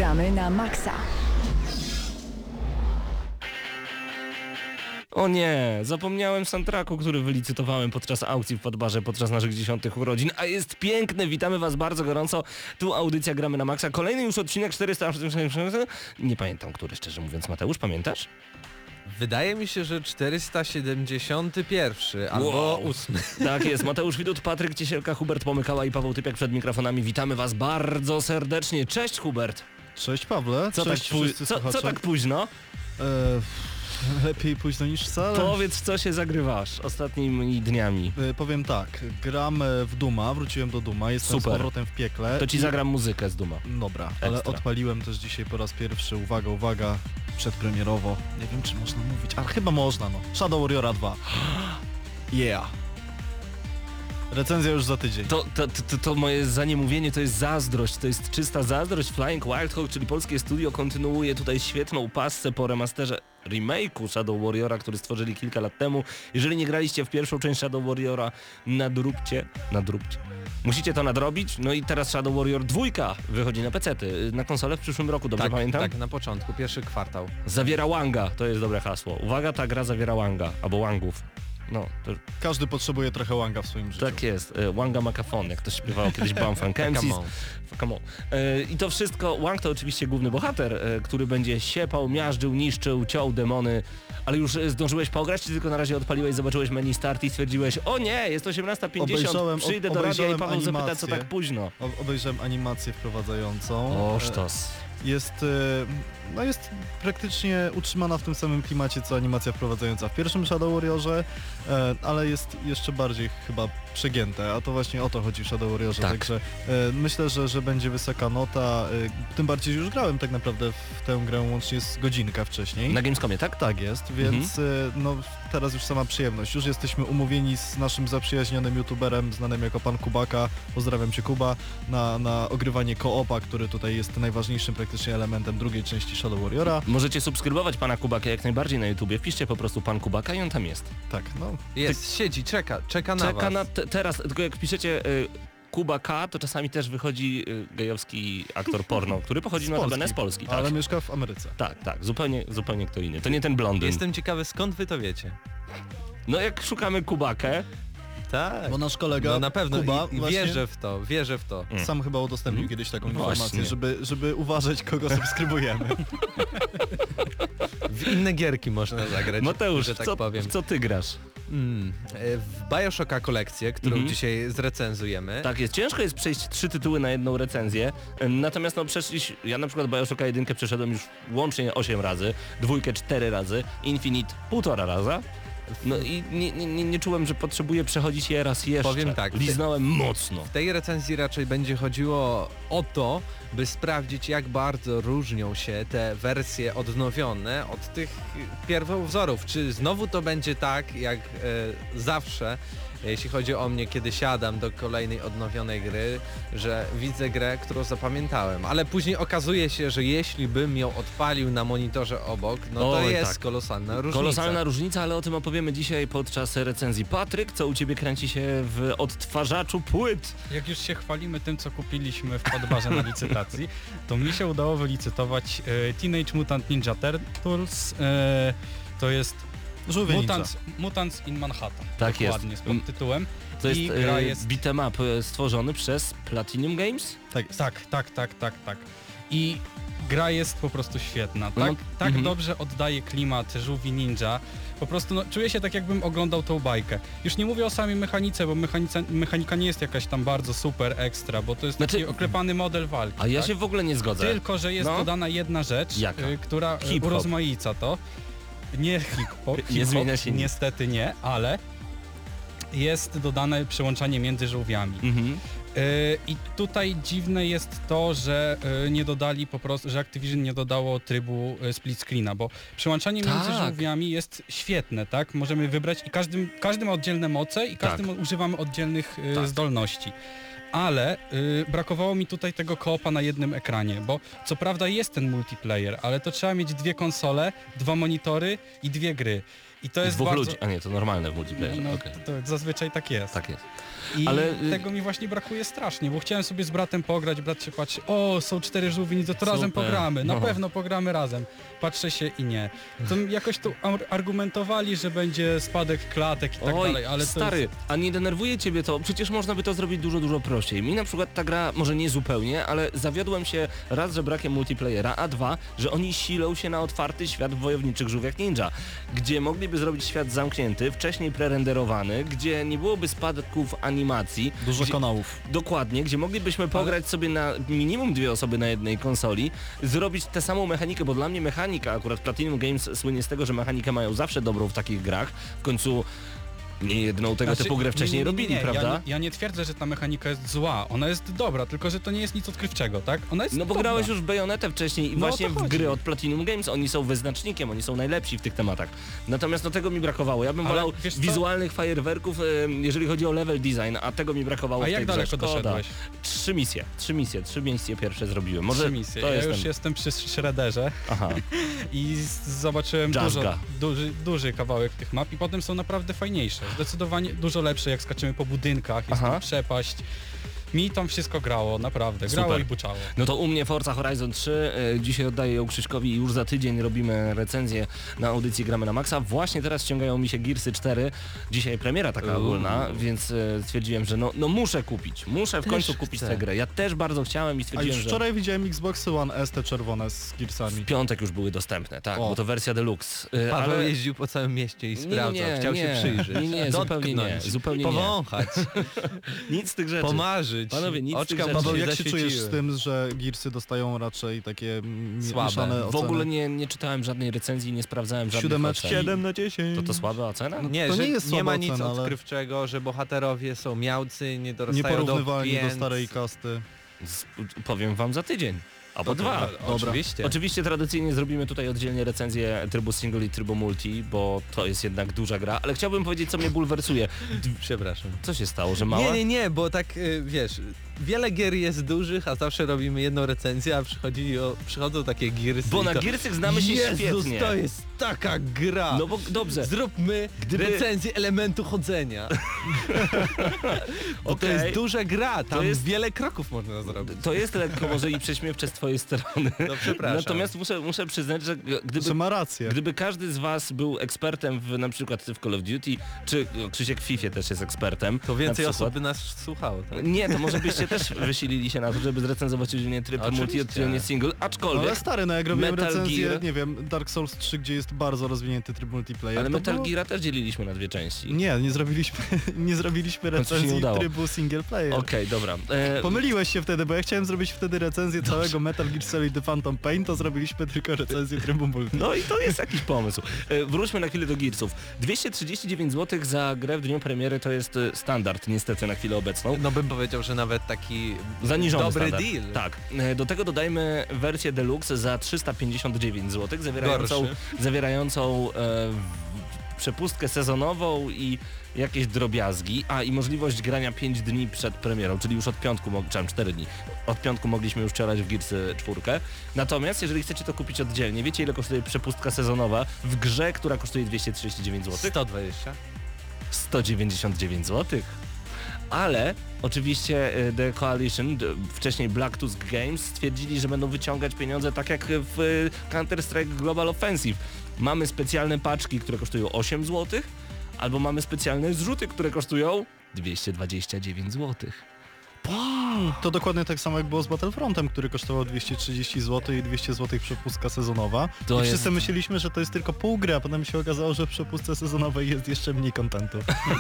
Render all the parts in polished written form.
Gramy na maksa. O nie, zapomniałem soundtracku, który wylicytowałem podczas aukcji w Podbarze podczas naszych 10 urodzin, a jest piękny, witamy was bardzo gorąco, tu audycja Gramy na Maxa, kolejny już odcinek 400, nie pamiętam który, szczerze mówiąc. Mateusz, pamiętasz? Wydaje mi się, że 471 albo 8. Tak jest, Mateusz Widut, Patryk Ciesielka, Hubert Pomykała i Paweł Typiak przed mikrofonami, witamy was bardzo serdecznie, cześć Hubert! Cześć Pawle, Cześć co tak późno? Lepiej późno niż wcale. Powiedz, co się zagrywasz ostatnimi dniami. Powiem tak, gram w Duma, wróciłem do Duma, jestem Super. z powrotem w piekle. To ci zagram muzykę z Duma. Dobra, ale Ekstra. odpaliłem też dzisiaj po raz pierwszy, uwaga, przedpremierowo. Nie wiem, czy można mówić, ale chyba można, no. Shadow Warriora 2. Yeah. Recenzja już za tydzień. To moje zaniemówienie to jest zazdrość, to jest czysta zazdrość. Flying Wild Hog, czyli polskie studio, kontynuuje tutaj świetną pasję po remasterze remake'u Shadow Warriora, który stworzyli kilka lat temu. Jeżeli nie graliście w pierwszą część Shadow Warriora, nadróbcie. Musicie to nadrobić. No i teraz Shadow Warrior 2 wychodzi na PC-ty, na konsolę w przyszłym roku, dobrze pamiętam? Tak, na początku, pierwszy kwartał. Zawiera Wanga, to jest dobre hasło. Uwaga, ta gra zawiera Wanga, albo Wangów. No, to Każdy potrzebuje trochę Wanga w swoim życiu. tak jest, Wanga Macafon, jak to śpiewało kiedyś Bumfunk MCs. Come on. I to wszystko, Wang to oczywiście główny bohater, który będzie siepał, miażdżył, niszczył, ciął demony, ale już zdążyłeś pograć, czy tylko na razie odpaliłeś, zobaczyłeś menu start i stwierdziłeś, o nie, jest 18:50, przyjdę do radia i Paweł zapyta, co tak późno. Obejrzałem animację wprowadzającą. O, sztos. Jest praktycznie utrzymana w tym samym klimacie co animacja wprowadzająca w pierwszym Shadow Warriorze, ale jest jeszcze bardziej chyba przegięte, a to właśnie o to chodzi w Shadow Warriorze, Tak. także myślę, że będzie wysoka nota, tym bardziej, że już grałem tak naprawdę w tę grę łącznie z godzinkę wcześniej. Na Gamescomie, tak? Tak jest, więc no teraz już sama przyjemność. Już jesteśmy umówieni z naszym zaprzyjaźnionym youtuberem znanym jako Pan Kubaka, pozdrawiam Cię Kuba, na ogrywanie koopa, który tutaj jest najważniejszym praktycznie elementem drugiej części Shadow Warriora. Możecie subskrybować Pana Kubaka jak najbardziej na YouTubie, wpiszcie po prostu Pan Kubaka i on tam jest. Tak, no. Jest, siedzi, czeka na was. Teraz, tylko jak piszecie Kuba K, to czasami też wychodzi gejowski aktor porno, który pochodzi notabene z Polski. Tak? Ale mieszka w Ameryce. Tak, zupełnie kto inny. To nie ten blondyn. Jestem ciekawy, skąd wy to wiecie. No jak szukamy Kubakę, Tak. Bo nasz kolega No na pewno Kuba i właśnie wierzę w to. sam chyba udostępnił kiedyś taką informację, Właśnie. żeby uważać, kogo subskrybujemy. W inne gierki można zagrać, Mateusz, że tak powiem. w co ty grasz? W Bioshocka kolekcję, którą dzisiaj zrecenzujemy. Tak jest, ciężko jest przejść 3 tytuły na jedną recenzję, natomiast ja na przykład Bioshocka 1 przeszedłem już łącznie 8 razy, 2 4 razy, Infinite 1,5 raza. No i nie czułem, że potrzebuję przechodzić je raz jeszcze. Powiem tak, liznąłem mocno. W tej recenzji raczej będzie chodziło o to, by sprawdzić, jak bardzo różnią się te wersje odnowione od tych pierwowzorów. Czy znowu to będzie tak, jak zawsze, jeśli chodzi o mnie, kiedy siadam do kolejnej odnowionej gry, że widzę grę, którą zapamiętałem. Ale później okazuje się, że jeśli bym ją odpalił na monitorze obok, no to jest tak. kolosalna różnica. Kolosalna różnica, ale o tym opowiemy dzisiaj podczas recenzji. Patryk, co u Ciebie kręci się w odtwarzaczu płyt? Jak już się chwalimy tym, co kupiliśmy w Podbarze na licytacji, to mi się udało wylicytować Teenage Mutant Ninja Turtles. To jest Żółwie ninja. Mutants in Manhattan. Tak jest. Dokładnie, z pod tytułem. To jest, I gra jest... beat'em up stworzony przez Platinum Games? Tak. I gra jest po prostu świetna. Tak dobrze oddaje klimat żółwi ninja. Po prostu czuję się tak, jakbym oglądał tą bajkę. Już nie mówię o samej mechanice, bo mechanika nie jest jakaś tam bardzo super ekstra, bo to jest taki oklepany model walki. A ja się w ogóle nie zgodzę. Tylko, że jest dodana jedna rzecz, która urozmaica to. Nie hip-hop, nie zmienia się nic. Niestety nie, ale jest dodane przełączanie między żółwiami. I tutaj dziwne jest to, że nie dodali po prostu, że Activision nie dodało trybu split screena, bo przełączanie między żółwiami jest świetne, tak? Możemy wybrać i każdy ma oddzielne moce i każdy używamy oddzielnych zdolności. Ale brakowało mi tutaj tego koopa na jednym ekranie, bo co prawda jest ten multiplayer, ale to trzeba mieć 2 konsole, 2 monitory i 2 gry. I to jest Dwóch bardzo... ludzi, a nie, to normalne w multiplayerze, No, okej. to zazwyczaj tak jest. Tak jest. I Ale- tego mi właśnie brakuje strasznie, bo chciałem sobie z bratem pograć, brat się patrzy, o, są 4 żółwie, to razem Super. pogramy, na No. pewno pogramy razem. Patrzę się i nie. To jakoś tu argumentowali, że będzie spadek klatek i tak Oj, dalej, ale stary, a nie denerwuje ciebie to? Przecież można by to zrobić dużo, dużo prościej. Mi na przykład ta gra, może nie zupełnie, ale zawiodłem się raz, że brakiem multiplayera, a dwa, że oni silą się na otwarty świat w Wojowniczych Żółwiach Ninja, gdzie mogliby zrobić świat zamknięty, wcześniej prerenderowany, gdzie nie byłoby spadków animacji. Dużo gdzie, kanałów. Dokładnie, gdzie moglibyśmy pograć sobie na minimum 2 osoby na jednej konsoli, zrobić tę samą mechanikę, bo dla mnie mechanika, akurat Platinum Games słynie z tego, że mechanikę mają zawsze dobrą w takich grach, w końcu nie jedną tego typu grę wcześniej robili, prawda? Ja nie twierdzę, że ta mechanika jest zła, ona jest dobra, tylko że to nie jest nic odkrywczego, tak? Ona jest No bo dobra. grałeś już w Bajonetę wcześniej i No, o właśnie to w chodzi. gry od Platinum Games, oni są wyznacznikiem, oni są najlepsi w tych tematach. Natomiast no tego mi brakowało. Ja bym Ale wolał wiesz co? wizualnych fajerwerków, jeżeli chodzi o level design, a tego mi brakowało A w tej jak grze. daleko Szkoda. doszedłeś? 3 misje pierwsze zrobiłem. Może 3 misje. to Ja jest już ten... jestem przy Shredderze Aha. i zobaczyłem Jazzga. duży kawałek tych map i potem są naprawdę fajniejsze. Zdecydowanie dużo lepsze, jak skaczemy po budynkach, jest Aha. tam przepaść. Mi tam wszystko grało, naprawdę. Grało Super. i buczało. No to u mnie Forza Horizon 3, dzisiaj oddaję ją Krzyśkowi i już za tydzień robimy recenzję na audycji Gramy na Maxa. Właśnie teraz ściągają mi się Gearsy 4, dzisiaj premiera taka ogólna, więc stwierdziłem, że no muszę kupić, muszę w końcu kupić tę grę. Ja też bardzo chciałem i A stwierdziłem, już że wczoraj widziałem Xboxy One S te czerwone z Gearsami. w piątek już były dostępne, tak, O. bo to wersja deluxe. Paweł jeździł po całym mieście i sprawdzał, chciał się przyjrzeć. Nie, zupełnie nie, Dotknąć, zupełnie nie. powąchać, Nic z tych rzeczy. pomarzyć. Panowie, nic z tych Oczka rzeczy. mu Paweł, się jak się czujesz zaświeciły. z tym, że Gearsy dostają raczej takie Słabe. mieszane W oceny? ogóle nie czytałem żadnej recenzji, nie sprawdzałem żadnych Siódemeczki. ocen. 7 na 10. To słaba ocena? Nie, To że nie jest nie słaba ma nic ocena, ale- odkrywczego, że bohaterowie są miałcy, nie dorastają Nieporównywalni do pięt. starej kasty. Powiem wam za tydzień. Albo dwa. Oczywiście. Oczywiście tradycyjnie zrobimy tutaj oddzielnie recenzję trybu single i trybu multi, bo to jest jednak duża gra, ale chciałbym powiedzieć, co mnie bulwersuje. Przepraszam. Co się stało, że mała? Nie, bo tak wiesz, wiele gier jest dużych, a zawsze robimy jedną recenzję, a przychodzą takie Gearsy. Bo i na to, Gearsach znamy się Jezus, świetnie. to jest taka gra! No bo dobrze. Zróbmy recenzję elementu chodzenia. Bo to Okej. jest duża gra, tam jest- wiele kroków można zrobić. To jest lekko może i prześmiewcze z twojej strony. No przepraszam. Natomiast muszę przyznać, że Że ma rację. gdyby każdy z was był ekspertem na przykład w Call of Duty, czy Krzysiek w FIFA też jest ekspertem. To więcej na osób przykład. by nas słuchało, tak? Nie, to może byście też wysilili się na to, żeby zrecenzować oddzielnie tryb multi, Oczywiście. oddzielnie single, No aczkolwiek... ale stary, no jak robiłem Metal recenzję, Gear- nie wiem, Dark Souls 3, gdzie jest bardzo rozwinięty tryb multiplayer. Ale to Metal było- Geara też dzieliliśmy na 2 części. Nie zrobiliśmy, nie zrobiliśmy końcu się nie recenzji udało. trybu single player. Okej, dobra. Pomyliłeś się wtedy, bo ja chciałem zrobić wtedy recenzję całego Metal Gear Solid The Phantom Pain, to zrobiliśmy tylko recenzję trybu multi. No i to jest jakiś pomysł. Wróćmy na chwilę do Gearsów. 239 zł za grę w dniu premiery to jest standard niestety na chwilę obecną. No bym powiedział, że nawet taki Zaniżony dobry standard. deal. Tak. Do tego dodajmy wersję deluxe za 359 zł, zawierającą przepustkę sezonową i jakieś drobiazgi, i możliwość grania 5 dni przed premierą, czyli już od piątku, czy 4 dni. Od piątku mogliśmy już strzelać w Gearsy 4. Natomiast jeżeli chcecie to kupić oddzielnie, wiecie ile kosztuje przepustka sezonowa w grze, która kosztuje 239 zł? 120. 199 zł. Ale oczywiście The Coalition, wcześniej Black Tusk Games, stwierdzili, że będą wyciągać pieniądze tak jak w Counter-Strike Global Offensive. Mamy specjalne paczki, które kosztują 8 zł, albo mamy specjalne zrzuty, które kosztują 229 zł. To dokładnie tak samo jak było z Battlefrontem, który kosztował 230 zł i 200 zł przepustka sezonowa. To I jest- wszyscy myśleliśmy, że to jest tylko pół gry, a potem się okazało, że w przepustce sezonowej jest jeszcze mniej kontentu.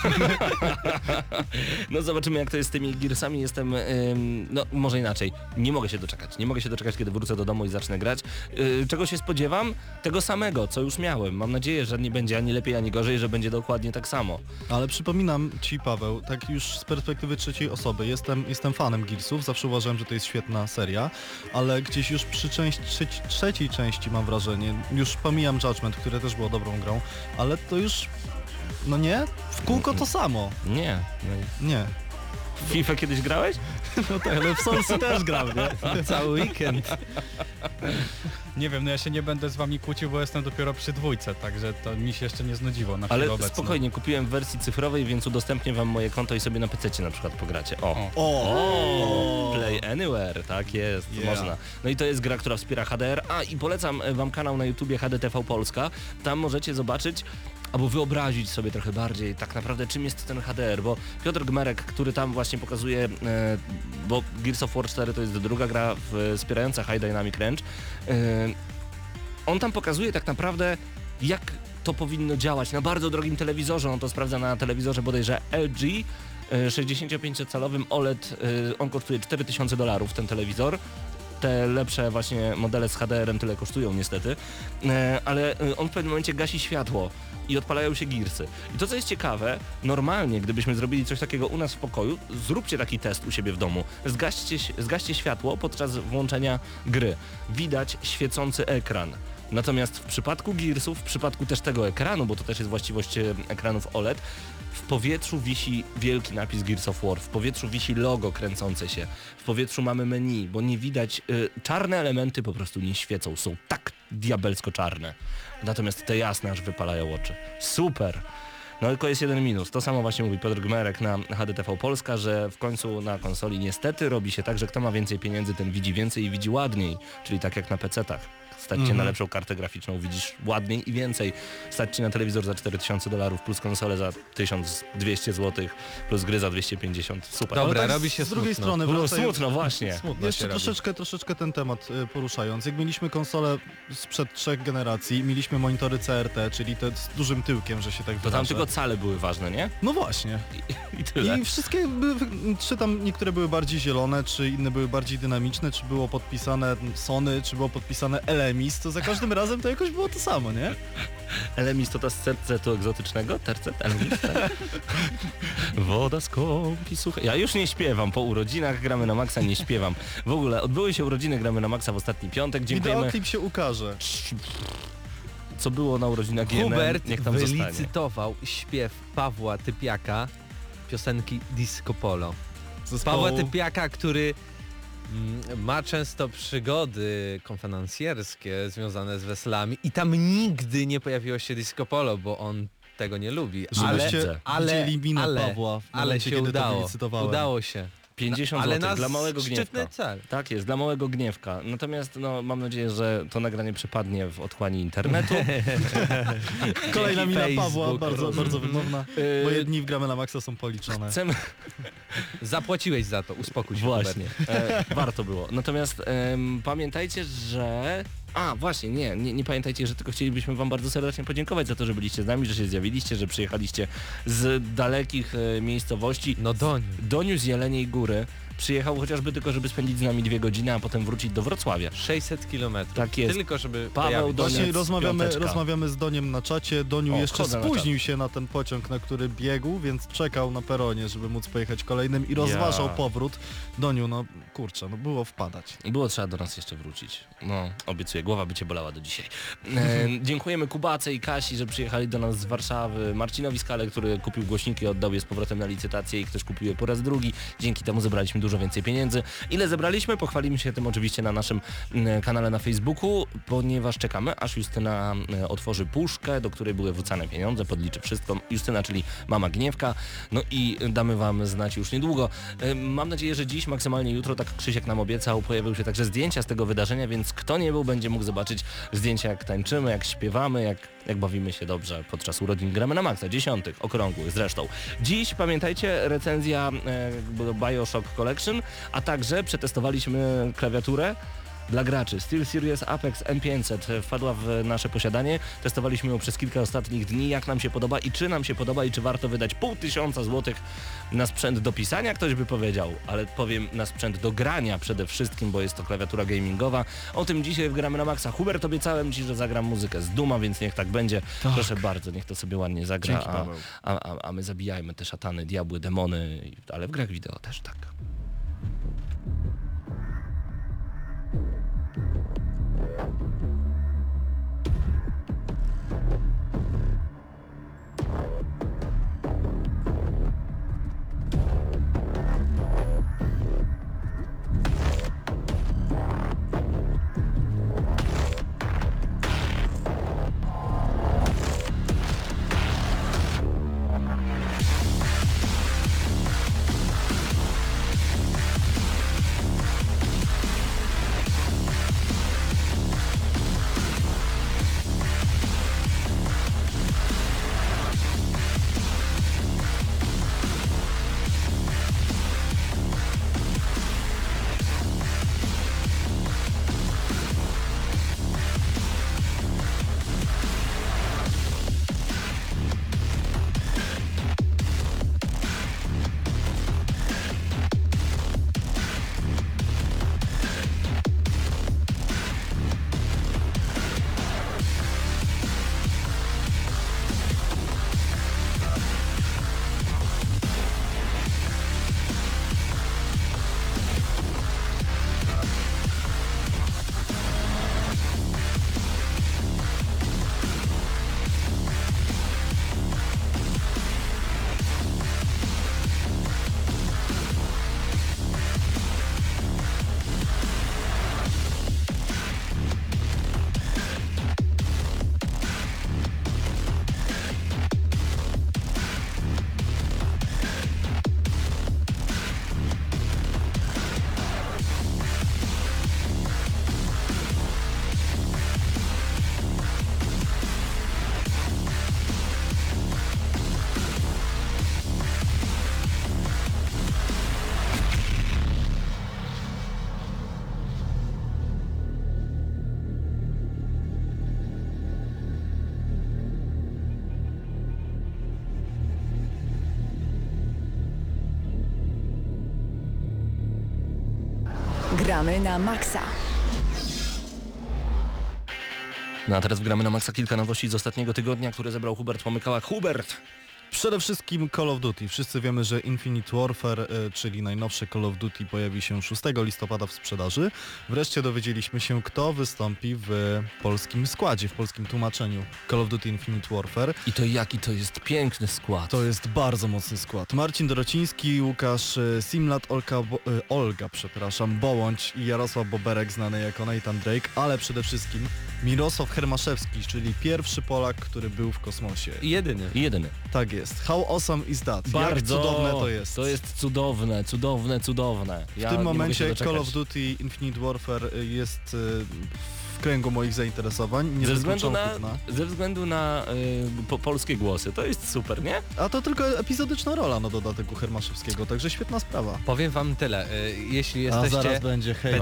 No zobaczymy jak to jest z tymi Gearsami, jestem, no może inaczej, nie mogę się doczekać, kiedy wrócę do domu i zacznę grać. Czego się spodziewam? Tego samego, co już miałem. Mam nadzieję, że nie będzie ani lepiej, ani gorzej, że będzie dokładnie tak samo. Ale przypominam Ci, Paweł, tak już z perspektywy trzeciej osoby, jestem fanem Gearsów, zawsze uważałem, że to jest świetna seria, ale gdzieś już przy trzeciej części mam wrażenie, już pomijam Judgment, które też było dobrą grą, ale to już, no nie? W kółko to samo. Nie. Nie. W FIFA kiedyś grałeś? No tak, ale w Soulsy też grał, nie? Cały weekend. Nie wiem, no ja się nie będę z wami kłócił, bo jestem dopiero przy 2, także to mi się jeszcze nie znudziło na chwilę Ale obecną. spokojnie, kupiłem w wersji cyfrowej, więc udostępnię wam moje konto i sobie na PC na przykład pogracie. Play Anywhere, tak jest, można. No i to jest gra, która wspiera HDR. I polecam wam kanał na YouTubie HDTV Polska. Tam możecie zobaczyć albo wyobrazić sobie trochę bardziej tak naprawdę czym jest ten HDR, bo Piotr Gmerek, który tam właśnie pokazuje, bo Gears of War 4 to jest druga gra wspierająca High Dynamic Range, on tam pokazuje tak naprawdę jak to powinno działać na bardzo drogim telewizorze, on to sprawdza na telewizorze bodajże LG 65-calowym OLED, on kosztuje $4000 ten telewizor. Te lepsze właśnie modele z HDR-em tyle kosztują niestety, ale on w pewnym momencie gasi światło i odpalają się Gearsy. I to co jest ciekawe, normalnie gdybyśmy zrobili coś takiego u nas w pokoju, zróbcie taki test u siebie w domu. Zgaście światło podczas włączenia gry. Widać świecący ekran. Natomiast w przypadku Gearsów, w przypadku też tego ekranu, bo to też jest właściwość ekranów OLED, w powietrzu wisi wielki napis Gears of War, w powietrzu wisi logo kręcące się, w powietrzu mamy menu, bo nie widać, czarne elementy po prostu nie świecą, są tak diabelsko czarne. Natomiast te jasne aż wypalają oczy. Super! No tylko jest jeden minus. To samo właśnie mówi Piotr Gmerek na HDTV Polska, że w końcu na konsoli niestety robi się tak, że kto ma więcej pieniędzy, ten widzi więcej i widzi ładniej, czyli tak jak na PC-tach. Stać cię na lepszą kartę graficzną, widzisz ładniej i więcej. Stać cię na telewizor za $4000 plus konsolę za 1200 zł plus gry za 250. Super. Dobra, tak robi się z drugiej smutno. strony Było wracając, smutno właśnie. Smutno jeszcze się robi. troszeczkę ten temat poruszając. Jak mieliśmy konsolę sprzed 3 generacji, mieliśmy monitory CRT, czyli te z dużym tyłkiem, że się tak To tam wyrażę. tylko cale były ważne, nie? No właśnie. I tyle. I wszystkie, czy tam niektóre były bardziej zielone, czy inne były bardziej dynamiczne, czy było podpisane Sony, czy było podpisane Elemis, to za każdym razem to jakoś było to samo, nie? Elemis to ta z tercetu egzotycznego? Tercet? Elemis? Tak? Woda skąpi, słuchaj. Ja już nie śpiewam, po urodzinach Gramy na Maxa nie śpiewam. W ogóle odbyły się urodziny Gramy na Maxa w ostatni piątek. Dziękujemy. Wideoklip się ukaże. Co było na urodzinach GNM, Hubert niech tam zostanie. wylicytował śpiew Pawła Typiaka piosenki Disco Polo. Zespołu. Pawła Typiaka, który ma często przygody konferencjerskie związane z weselami i tam nigdy nie pojawiło się Disco Polo, bo on tego nie lubi. Żebyście widzieli minę Pawła w ale momencie, się kiedy to udało. wylicytowałem. Udało się. 50 ale zł na dla małego szczytny gniewka. cel. Tak jest, dla małego gniewka. Natomiast no, mam nadzieję, że to nagranie przepadnie w otchłani internetu. Kolejna mina Facebook. Pawła, bardzo, bardzo wymowna, bo jedni w Gramy na Maxa są policzone. Chcemy... Zapłaciłeś za to, uspokój się. Właśnie, Hubert. warto było. Natomiast pamiętajcie, że... Właśnie, nie pamiętajcie, że tylko chcielibyśmy wam bardzo serdecznie podziękować za to, że byliście z nami, że się zjawiliście, że przyjechaliście z dalekich miejscowości. No Doniu z Jeleniej Góry przyjechał chociażby tylko, żeby spędzić z nami 2 godziny, a potem wrócić do Wrocławia. 600 kilometrów. Tak jest. Tylko żeby Paweł pojawić. Doniec, Właśnie piąteczka. rozmawiamy z Doniem na czacie. Doniu jeszcze wchodzę na spóźnił się na ten pociąg, na który biegł, więc czekał na peronie, żeby móc pojechać kolejnym i rozważał powrót. Doniu, no kurczę, no było wpadać. Było trzeba do nas jeszcze wrócić. No, obiecuję, głowa by cię bolała do dzisiaj. Dziękujemy Kubace i Kasi, że przyjechali do nas z Warszawy. Marcinowi Skale, który kupił głośniki, oddał je z powrotem na licytację i ktoś kupił je po raz drugi. Dzięki temu zebraliśmy dużo więcej pieniędzy. Ile zebraliśmy? Pochwalimy się tym oczywiście na naszym kanale na Facebooku, ponieważ czekamy, aż Justyna otworzy puszkę, do której były wrzucane pieniądze, podliczy wszystko. Justyna, czyli mama Gniewka. No i damy wam znać już niedługo. Mam nadzieję, że dziś, maksymalnie jutro, tak Krzysiek nam obiecał, pojawiły się także zdjęcia z tego wydarzenia, więc kto nie był, będzie mógł zobaczyć zdjęcia, jak tańczymy, jak śpiewamy, jak bawimy się dobrze podczas urodzin Gramy na Maxa, 10, okrągłych zresztą. Dziś, pamiętajcie, recenzja Bioshock Collection, a także przetestowaliśmy klawiaturę dla graczy. SteelSeries Apex M500 wpadła w nasze posiadanie. Testowaliśmy ją przez kilka ostatnich dni, jak nam się podoba i czy nam się podoba i czy warto wydać 500 złotych na sprzęt do pisania, ktoś by powiedział, ale powiem na sprzęt do grania przede wszystkim, bo jest to klawiatura gamingowa. O tym dzisiaj w Gramy na Maxa. Hubert, obiecałem ci, że zagram muzykę z Duma, więc niech tak będzie. Tak. Proszę bardzo, niech to sobie ładnie zagra, dzięki, a my zabijajmy te szatany, diabły, demony, ale w grach wideo też tak. Gramy na maksa. No a teraz gramy na maksa kilka nowości z ostatniego tygodnia, które zebrał Hubert Pomykała. Hubert! Przede wszystkim Call of Duty. Wszyscy wiemy, że Infinite Warfare, czyli najnowsze Call of Duty, pojawi się 6 listopada w sprzedaży. Wreszcie dowiedzieliśmy się, kto wystąpi w polskim składzie, w polskim tłumaczeniu Call of Duty Infinite Warfare. I to jaki to jest piękny skład. To jest bardzo mocny skład. Marcin Dorociński, Łukasz Simlat, Olga Bołądź i Jarosław Boberek, znany jako Nathan Drake, ale przede wszystkim Mirosław Hermaszewski, czyli pierwszy Polak, który był w kosmosie. I jedyny. Tak jest. How awesome is that? Bardzo. Jak cudowne to jest. To jest cudowne. W tym momencie Call of Duty Infinite Warfare jest w kręgu moich zainteresowań. Nie Ze względu na polskie głosy. To jest super, nie? A to tylko epizodyczna rola na dodatek u Hermaszewskiego, także świetna sprawa. Powiem wam tyle, jeśli A jesteście zaraz będzie hejt.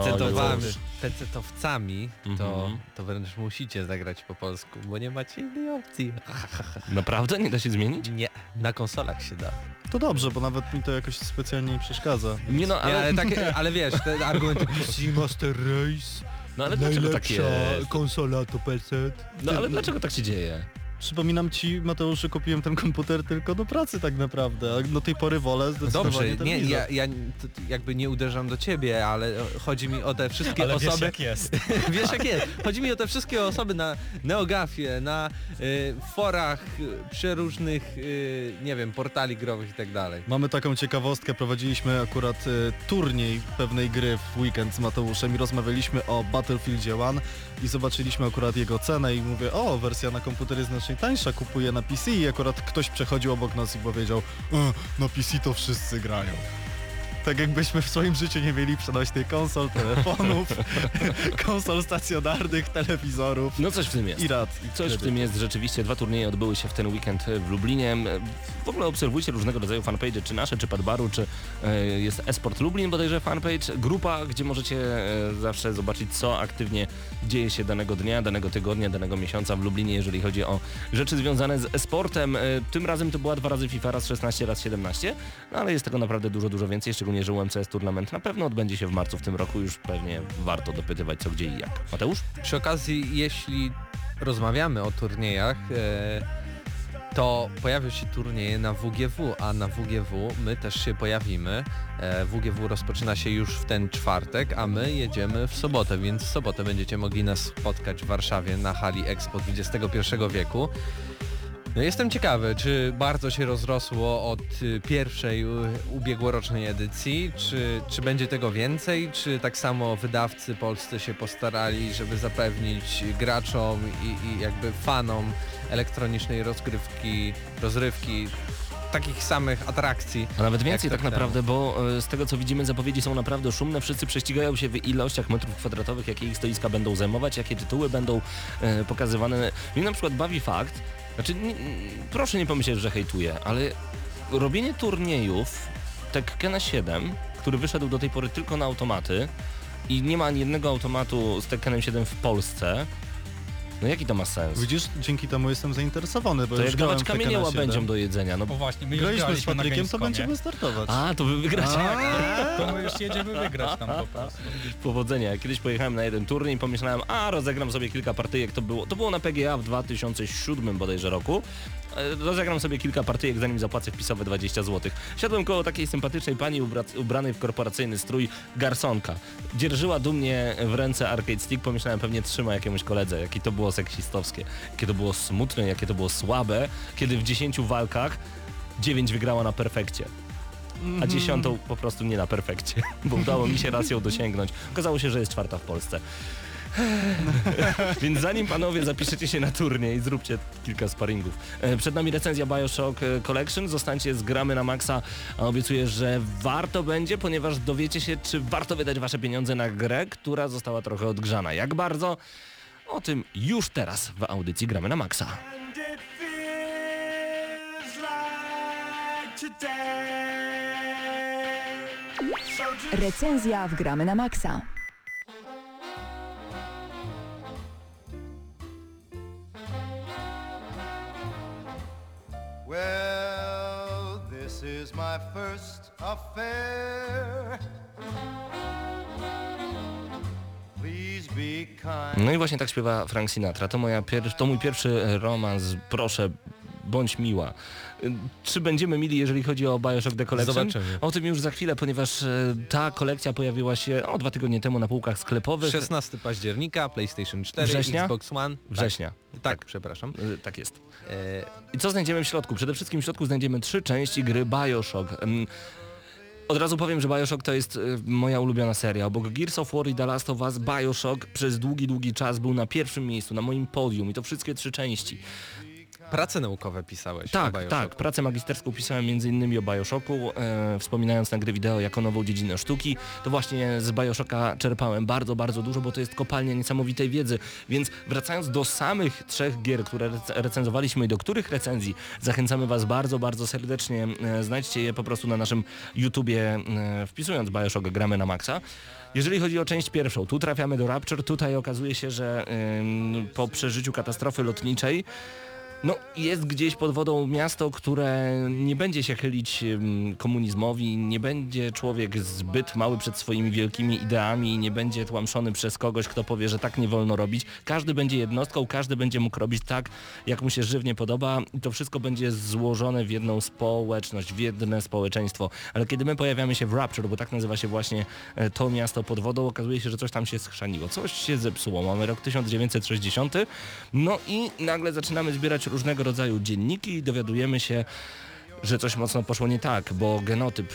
pecetowcami, to wręcz musicie zagrać po polsku, bo nie macie innej opcji. Naprawdę? Nie da się zmienić? Nie, na konsolach się da. To dobrze, bo nawet mi to jakoś specjalnie nie przeszkadza. Nie no, ale... ale wiesz, te argumenty PC Master Race, No ale dlaczego tak jest? konsola to PC. No ale dlaczego tak się dzieje? Przypominam ci, Mateusz, że kupiłem ten komputer tylko do pracy tak naprawdę, a do tej pory wolę zdecydowanie Dobrze, nie, telewizor. ja jakby nie uderzam do ciebie, ale chodzi mi o te wszystkie osoby... wiesz jak jest. Wiesz jak jest. Chodzi mi o te wszystkie osoby na Neogafie, na forach przeróżnych, nie wiem, portali growych i tak dalej. Mamy taką ciekawostkę, prowadziliśmy akurat turniej pewnej gry w weekend z Mateuszem i rozmawialiśmy o Battlefieldzie 1 i zobaczyliśmy akurat jego cenę i mówię, o, wersja na komputer jest znacznie tańsza, kupuję na PC i akurat ktoś przechodził obok nas i powiedział, na PC to wszyscy grają. Tak jakbyśmy w swoim życiu nie mieli przenośnych konsol, telefonów, konsol stacjonarnych, telewizorów. No coś w tym jest. I rad. Coś w tym jest rzeczywiście. 2 turnieje odbyły się w ten weekend w Lublinie. W ogóle obserwujcie różnego rodzaju fanpage, czy nasze, czy Padbaru, czy jest Esport Lublin bodajże fanpage, grupa, gdzie możecie zawsze zobaczyć, co aktywnie dzieje się danego dnia, danego tygodnia, danego miesiąca w Lublinie, jeżeli chodzi o rzeczy związane z e-sportem. Tym razem to była 2 razy FIFA, raz 16, raz 17, no ale jest tego naprawdę dużo więcej, szczególnie, że UMCS Tournament na pewno odbędzie się w marcu w tym roku, już pewnie warto dopytywać co, gdzie i jak. Mateusz? Przy okazji, jeśli rozmawiamy o turniejach, to pojawią się turnieje na WGW, a na WGW my też się pojawimy. WGW rozpoczyna się już w ten czwartek, a my jedziemy w sobotę, więc w sobotę będziecie mogli nas spotkać w Warszawie na hali Expo XXI wieku. No jestem ciekawy, czy bardzo się rozrosło od pierwszej ubiegłorocznej edycji, czy będzie tego więcej, czy tak samo wydawcy polscy się postarali, żeby zapewnić graczom i jakby fanom elektronicznej rozrywki takich samych atrakcji. A nawet więcej tak temu. naprawdę, bo z tego co widzimy zapowiedzi są naprawdę szumne, wszyscy prześcigają się w ilościach metrów kwadratowych, jakie ich stoiska będą zajmować, jakie tytuły będą pokazywane. Mnie na przykład bawi fakt, znaczy proszę nie pomyśleć, że hejtuję, ale robienie turniejów Tekkena 7, który wyszedł do tej pory tylko na automaty i nie ma ani jednego automatu z Tekkenem 7 w Polsce, no jaki to ma sens? Widzisz, dzięki temu jestem zainteresowany, bo To już jak grałem dawać w Tekkena kamienie 7. łabędziom do jedzenia. No Bo właśnie, my już Graliśmy z graliśmy na Patrykiem, to Gamescomie. będziemy startować. A, to wy wygracie. To my już jedziemy wygrać tam po prostu. Powodzenia. Ja kiedyś pojechałem na jeden turniej i pomyślałem, rozegram sobie kilka partyjek, to było na PGA w 2007 bodajże roku. Rozegram sobie kilka partyjek, zanim zapłacę wpisowe 20 zł. Siadłem koło takiej sympatycznej pani ubranej w korporacyjny strój garsonka. Dzierżyła dumnie w ręce arcade stick, pomyślałem, pewnie trzyma jakiemuś koledze, jakie to było seksistowskie, jakie to było smutne, jakie to było słabe, kiedy w 10 walkach 9 wygrała na perfekcie. A 10 po prostu nie na perfekcie, bo udało mi się raz ją dosięgnąć. Okazało się, że jest 4 w Polsce. Więc zanim panowie zapiszecie się na turniej, zróbcie kilka sparingów. Przed nami recenzja Bioshock Collection, zostańcie z Gramy na Maxa, a obiecuję, że warto będzie, ponieważ dowiecie się, czy warto wydać wasze pieniądze na grę, która została trochę odgrzana. Jak bardzo? O tym już teraz w audycji Gramy na Maxa. Recenzja w Gramy na Maxa. Well, this is my first affair. kind. No i właśnie tak śpiewa Frank Sinatra. To mój pierwszy romans, proszę, bądź miła. Czy będziemy mili, jeżeli chodzi o Bioshock The Collection? Zobaczymy. O tym już za chwilę, ponieważ ta kolekcja pojawiła się 2 tygodnie temu na półkach sklepowych. 16 października, PlayStation 4, Września? Xbox One. Września. Tak, przepraszam. Tak jest. I co znajdziemy w środku? Przede wszystkim w środku znajdziemy 3 części gry Bioshock. Od razu powiem, że Bioshock to jest moja ulubiona seria. Obok Gears of War i The Last of Us, Bioshock przez długi czas był na pierwszym miejscu, na moim podium i to wszystkie 3 części. Prace naukowe pisałeś o Tak, Bioshocku. tak. Pracę magisterską pisałem m.in. o Bioshocku, wspominając na gry wideo jako nową dziedzinę sztuki. To właśnie z Bioshocka czerpałem bardzo dużo, bo to jest kopalnia niesamowitej wiedzy. Więc wracając do samych 3 gier, które recenzowaliśmy i do których recenzji zachęcamy Was bardzo serdecznie. Znajdźcie je po prostu na naszym YouTubie, wpisując Bioshock gramy na maksa. Jeżeli chodzi o część pierwszą, tu trafiamy do Rapture. Tutaj okazuje się, że po przeżyciu katastrofy lotniczej jest gdzieś pod wodą miasto, które nie będzie się chylić komunizmowi, nie będzie człowiek zbyt mały przed swoimi wielkimi ideami, nie będzie tłamszony przez kogoś, kto powie, że tak nie wolno robić. Każdy będzie jednostką, każdy będzie mógł robić tak, jak mu się żywnie podoba i to wszystko będzie złożone w jedną społeczność, w jedno społeczeństwo. Ale kiedy my pojawiamy się w Rapture, bo tak nazywa się właśnie to miasto pod wodą, okazuje się, że coś tam się schrzaniło, coś się zepsuło. Mamy rok 1960, i nagle zaczynamy zbierać różnego rodzaju dzienniki i dowiadujemy się, że coś mocno poszło nie tak, bo genotyp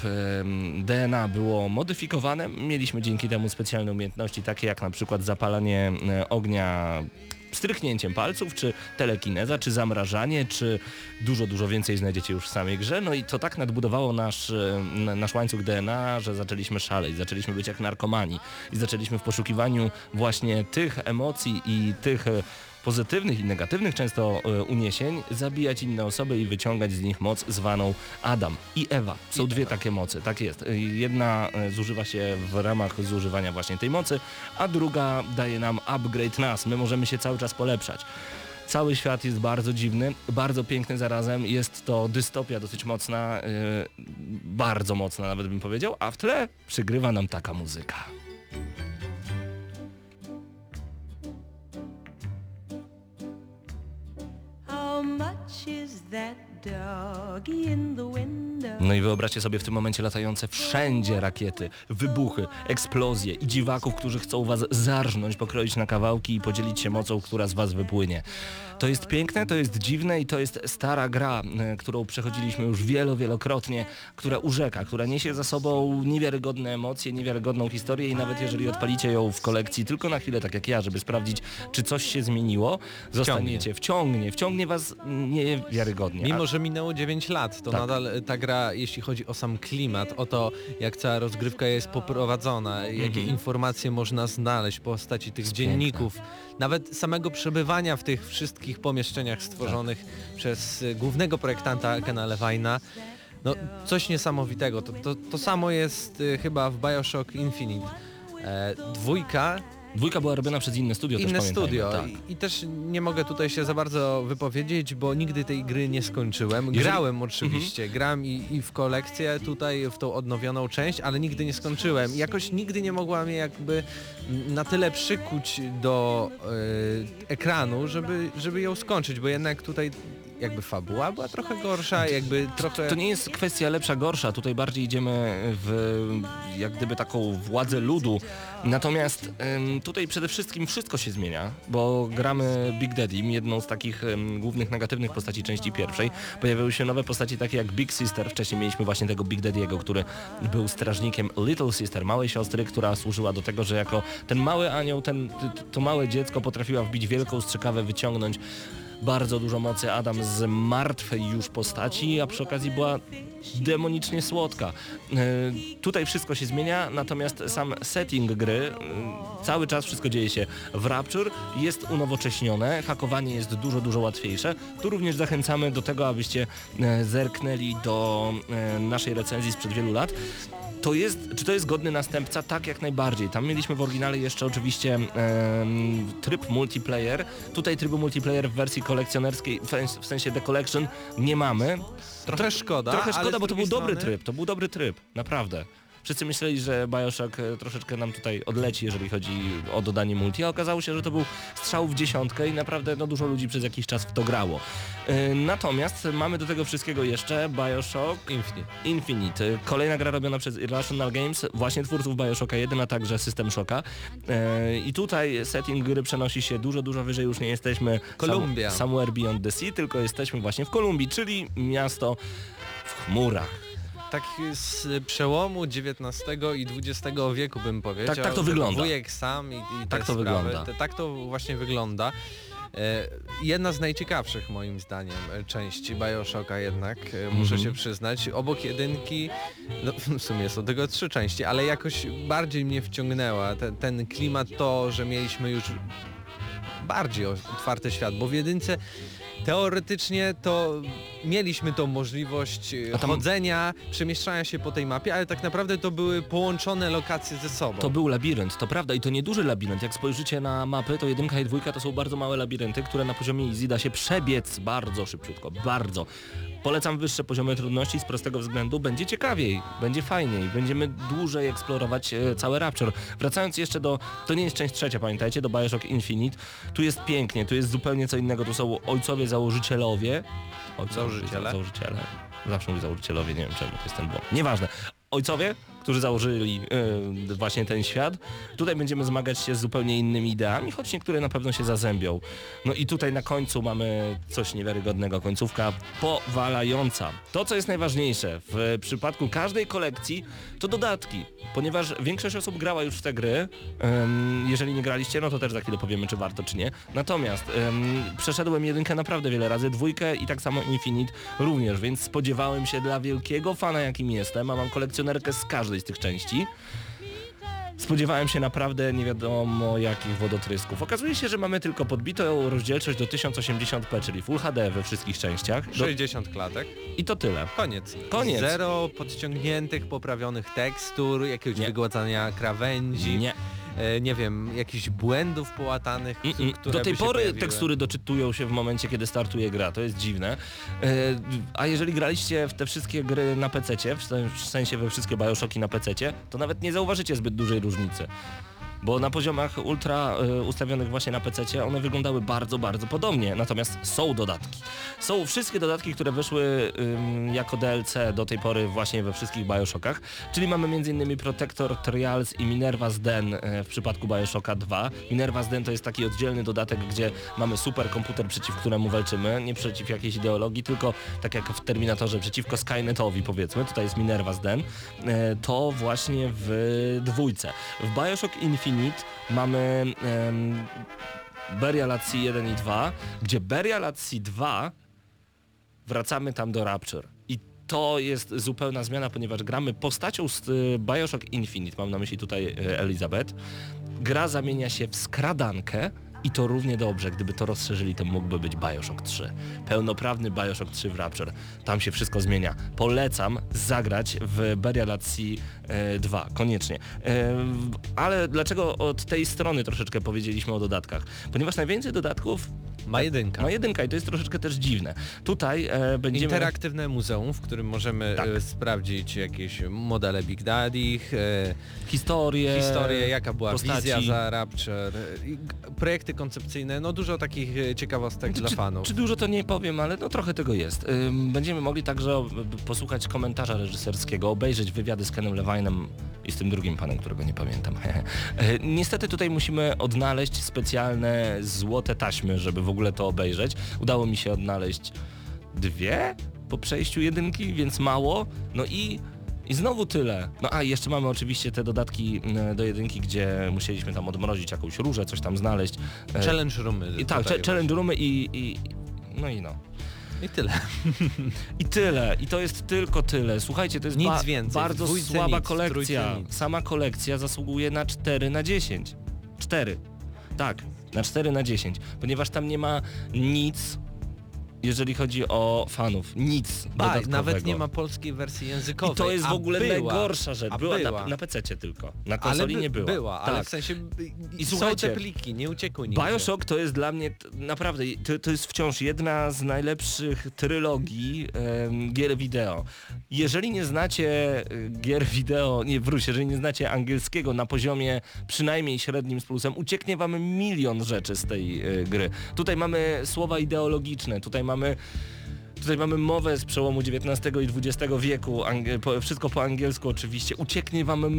DNA było modyfikowane. Mieliśmy dzięki temu specjalne umiejętności takie jak na przykład zapalanie ognia stryknięciem palców, czy telekineza, czy zamrażanie, czy dużo więcej znajdziecie już w samej grze. No i to tak nadbudowało nasz łańcuch DNA, że zaczęliśmy szaleć, zaczęliśmy być jak narkomani i zaczęliśmy w poszukiwaniu właśnie tych emocji i tych pozytywnych i negatywnych często uniesień zabijać inne osoby i wyciągać z nich moc zwaną Adam i Ewa. Są 2 takie mocy, tak jest. Jedna zużywa się w ramach zużywania właśnie tej mocy, a druga daje nam upgrade nas. My możemy się cały czas polepszać. Cały świat jest bardzo dziwny, bardzo piękny zarazem. Jest to dystopia dosyć mocna, bardzo mocna nawet bym powiedział, a w tle przygrywa nam taka muzyka. No i wyobraźcie sobie w tym momencie latające wszędzie rakiety, wybuchy, eksplozje i dziwaków, którzy chcą was zarżnąć, pokroić na kawałki i podzielić się mocą, która z was wypłynie. To jest piękne, to jest dziwne i to jest stara gra, którą przechodziliśmy już wielokrotnie, która urzeka, która niesie za sobą niewiarygodne emocje, niewiarygodną historię i nawet jeżeli odpalicie ją w kolekcji tylko na chwilę, tak jak ja, żeby sprawdzić, czy coś się zmieniło, zostaniecie, wciągnie was niewiarygodnie. Mimo, że minęło 9 lat, to tak. Nadal ta gra, jeśli chodzi o sam klimat, o to, jak cała rozgrywka jest poprowadzona, jakie informacje można znaleźć w postaci tych dzienników, nawet samego przebywania w tych wszystkich pomieszczeniach stworzonych przez głównego projektanta Kena Levine'a. Coś niesamowitego. To samo jest chyba w Bioshock Infinite. 2 była robiona przez inne studio, inne też studio tak. I też nie mogę tutaj się za bardzo wypowiedzieć, bo nigdy tej gry nie skończyłem. Grałem oczywiście, gram i w kolekcję tutaj, w tą odnowioną część, ale nigdy nie skończyłem. Jakoś nigdy nie mogła mnie jakby na tyle przykuć do ekranu, żeby ją skończyć, bo jednak tutaj jakby fabuła była trochę gorsza, jakby trochę... To nie jest kwestia lepsza, gorsza, tutaj bardziej idziemy w jak gdyby taką władzę ludu. Natomiast tutaj przede wszystkim wszystko się zmienia, bo gramy Big Daddy, jedną z takich głównych negatywnych postaci części pierwszej. Pojawiły się nowe postaci takie jak Big Sister, wcześniej mieliśmy właśnie tego Big Daddy'ego, który był strażnikiem Little Sister, małej siostry, która służyła do tego, że jako ten mały anioł, to małe dziecko potrafiła wbić wielką strzykawę, wyciągnąć bardzo dużo mocy Adam z martwej już postaci, a przy okazji była demonicznie słodka. Tutaj wszystko się zmienia, natomiast sam setting gry, cały czas wszystko dzieje się w Rapture, jest unowocześnione, hakowanie jest dużo łatwiejsze. Tu również zachęcamy do tego, abyście zerknęli do naszej recenzji sprzed wielu lat. Czy to jest godny następca? Tak, jak najbardziej. Tam mieliśmy w oryginale jeszcze oczywiście tryb multiplayer. Tutaj trybu multiplayer w wersji kolekcjonerskiej, w sensie The Collection, nie mamy. Trochę szkoda, Trochę szkoda, ale bo to był strony... dobry tryb, naprawdę. Wszyscy myśleli, że Bioshock troszeczkę nam tutaj odleci, jeżeli chodzi o dodanie multi, a okazało się, że to był strzał w dziesiątkę i naprawdę dużo ludzi przez jakiś czas w to grało. Natomiast mamy do tego wszystkiego jeszcze Bioshock Infinite. Kolejna gra robiona przez Irrational Games, właśnie twórców Bioshocka 1, a także System Shocka. I tutaj setting gry przenosi się dużo wyżej, już nie jesteśmy Kolumbia. Somewhere Beyond the Sea, tylko jesteśmy właśnie w Kolumbii, czyli miasto w chmurach. Tak z przełomu XIX i XX wieku bym powiedział. Tak to wygląda. Wujek sam i Tak te to sprawy. wygląda. Tak to właśnie wygląda. Jedna z najciekawszych moim zdaniem części Bioshocka jednak, muszę się przyznać. Obok jedynki, no w sumie są tego 3 części, ale jakoś bardziej mnie wciągnęła ten klimat, to, że mieliśmy już bardziej otwarty świat, bo w jedynce teoretycznie to mieliśmy tą możliwość chodzenia, przemieszczania się po tej mapie, ale tak naprawdę to były połączone lokacje ze sobą. To był labirynt, to prawda, i to nieduży labirynt. Jak spojrzycie na mapy, to 1 i 2 to są bardzo małe labirynty, które na poziomie easy da się przebiec bardzo szybciutko, bardzo. Polecam wyższe poziomy trudności z prostego względu, będzie ciekawiej, będzie fajniej, będziemy dłużej eksplorować cały Rapture. Wracając jeszcze to nie jest część trzecia, pamiętajcie, do Bioshock Infinite, tu jest pięknie, tu jest zupełnie co innego, tu są ojcowie założycielowie. Założyciele? Zawsze mówię założycielowie, nie wiem czemu, to jest ten błąd. Nieważne. Ojcowie, którzy założyli właśnie ten świat. Tutaj będziemy zmagać się z zupełnie innymi ideami, choć niektóre na pewno się zazębią. No i tutaj na końcu mamy coś niewiarygodnego, końcówka powalająca. To, co jest najważniejsze w przypadku każdej kolekcji, to dodatki, ponieważ większość osób grała już w te gry. Jeżeli nie graliście, no to też za chwilę powiemy, czy warto, czy nie. Natomiast przeszedłem 1 naprawdę wiele razy, 2 i tak samo Infinite również, więc spodziewałem się dla wielkiego fana, jakim jestem, a mam kolekcjonerkę z każdej z tych części. Spodziewałem się naprawdę nie wiadomo jakich wodotrysków. Okazuje się, że mamy tylko podbitą rozdzielczość do 1080p, czyli Full HD we wszystkich częściach. 60 klatek. I to tyle. Koniec. Koniec. Zero podciągniętych, poprawionych tekstur, jakiegoś wygładzania krawędzi. Nie wiem, jakichś błędów połatanych, które do tej by się pory pojawiły. tekstury doczytują się w momencie, kiedy startuje gra, to jest dziwne. A jeżeli graliście w te wszystkie gry na PC-cie, w sensie we wszystkie Bioshocki na PC-cie, to nawet nie zauważycie zbyt dużej różnicy. Bo na poziomach ultra ustawionych właśnie na PC-cie one wyglądały bardzo podobnie, natomiast są dodatki. Są wszystkie dodatki, które wyszły jako DLC do tej pory właśnie we wszystkich Bioshockach, czyli mamy m.in. Protector Trials i Minerva's Den w przypadku Bioshocka 2. Minerva's Den to jest taki oddzielny dodatek, gdzie mamy superkomputer, przeciw któremu walczymy, nie przeciw jakiejś ideologii, tylko tak jak w Terminatorze przeciwko Skynetowi, powiedzmy, tutaj jest Minerva's Den. To właśnie w 2. W Bioshock Infinite mamy Burial at Sea 1 i 2, gdzie Burial at Sea 2 wracamy tam do Rapture. I to jest zupełna zmiana, ponieważ gramy postacią z Bioshock Infinite, mam na myśli tutaj Elizabeth. Gra zamienia się w skradankę i to równie dobrze, gdyby to rozszerzyli, to mógłby być Bioshock 3. Pełnoprawny Bioshock 3 w Rapture. Tam się wszystko zmienia. Polecam zagrać w Burial at Sea 2, koniecznie. Ale dlaczego od tej strony troszeczkę powiedzieliśmy o dodatkach? Ponieważ najwięcej dodatków ma 1. Ma 1 i to jest troszeczkę też dziwne. Tutaj będziemy... Interaktywne muzeum, w którym możemy sprawdzić jakieś modele Big Daddy, historię, jaka była wizja za Rapture, projekty koncepcyjne, no dużo takich ciekawostek dla fanów. Czy dużo to nie powiem, ale no trochę tego jest. Będziemy mogli także posłuchać komentarza reżyserskiego, obejrzeć wywiady z Kenem Levinem i z tym drugim panem, którego nie pamiętam. Niestety tutaj musimy odnaleźć specjalne złote taśmy, żeby w ogóle to obejrzeć. Udało mi się odnaleźć 2 po przejściu 1, więc mało. No i znowu tyle. No a jeszcze mamy oczywiście te dodatki do 1, gdzie musieliśmy tam odmrozić jakąś różę, coś tam znaleźć. Challenge roomy. Tak, challenge roomy i I tyle. I tyle. I to jest tylko tyle. Słuchajcie, to jest nic więcej. bardzo słaba kolekcja. Sama kolekcja zasługuje na 4/10. 4. Tak, na 4/10. Ponieważ tam nie ma nic jeżeli chodzi o fanów. Nic dodatkowego. Nawet nie ma polskiej wersji językowej. I to jest w ogóle najgorsza rzecz. Była była. na PC tylko. Na konsoli nie była. Była, ale tak. w sensie I są słuchajcie, te pliki, nie uciekły nigdzie. BioShock to jest dla mnie naprawdę, to jest wciąż jedna z najlepszych trylogii gier wideo. Jeżeli nie znacie gier wideo, jeżeli nie znacie angielskiego na poziomie przynajmniej średnim z plusem, ucieknie wam milion rzeczy z tej gry. Tutaj mamy słowa ideologiczne, tutaj mamy mowę z przełomu XIX i XX wieku, wszystko po angielsku oczywiście. Ucieknie wam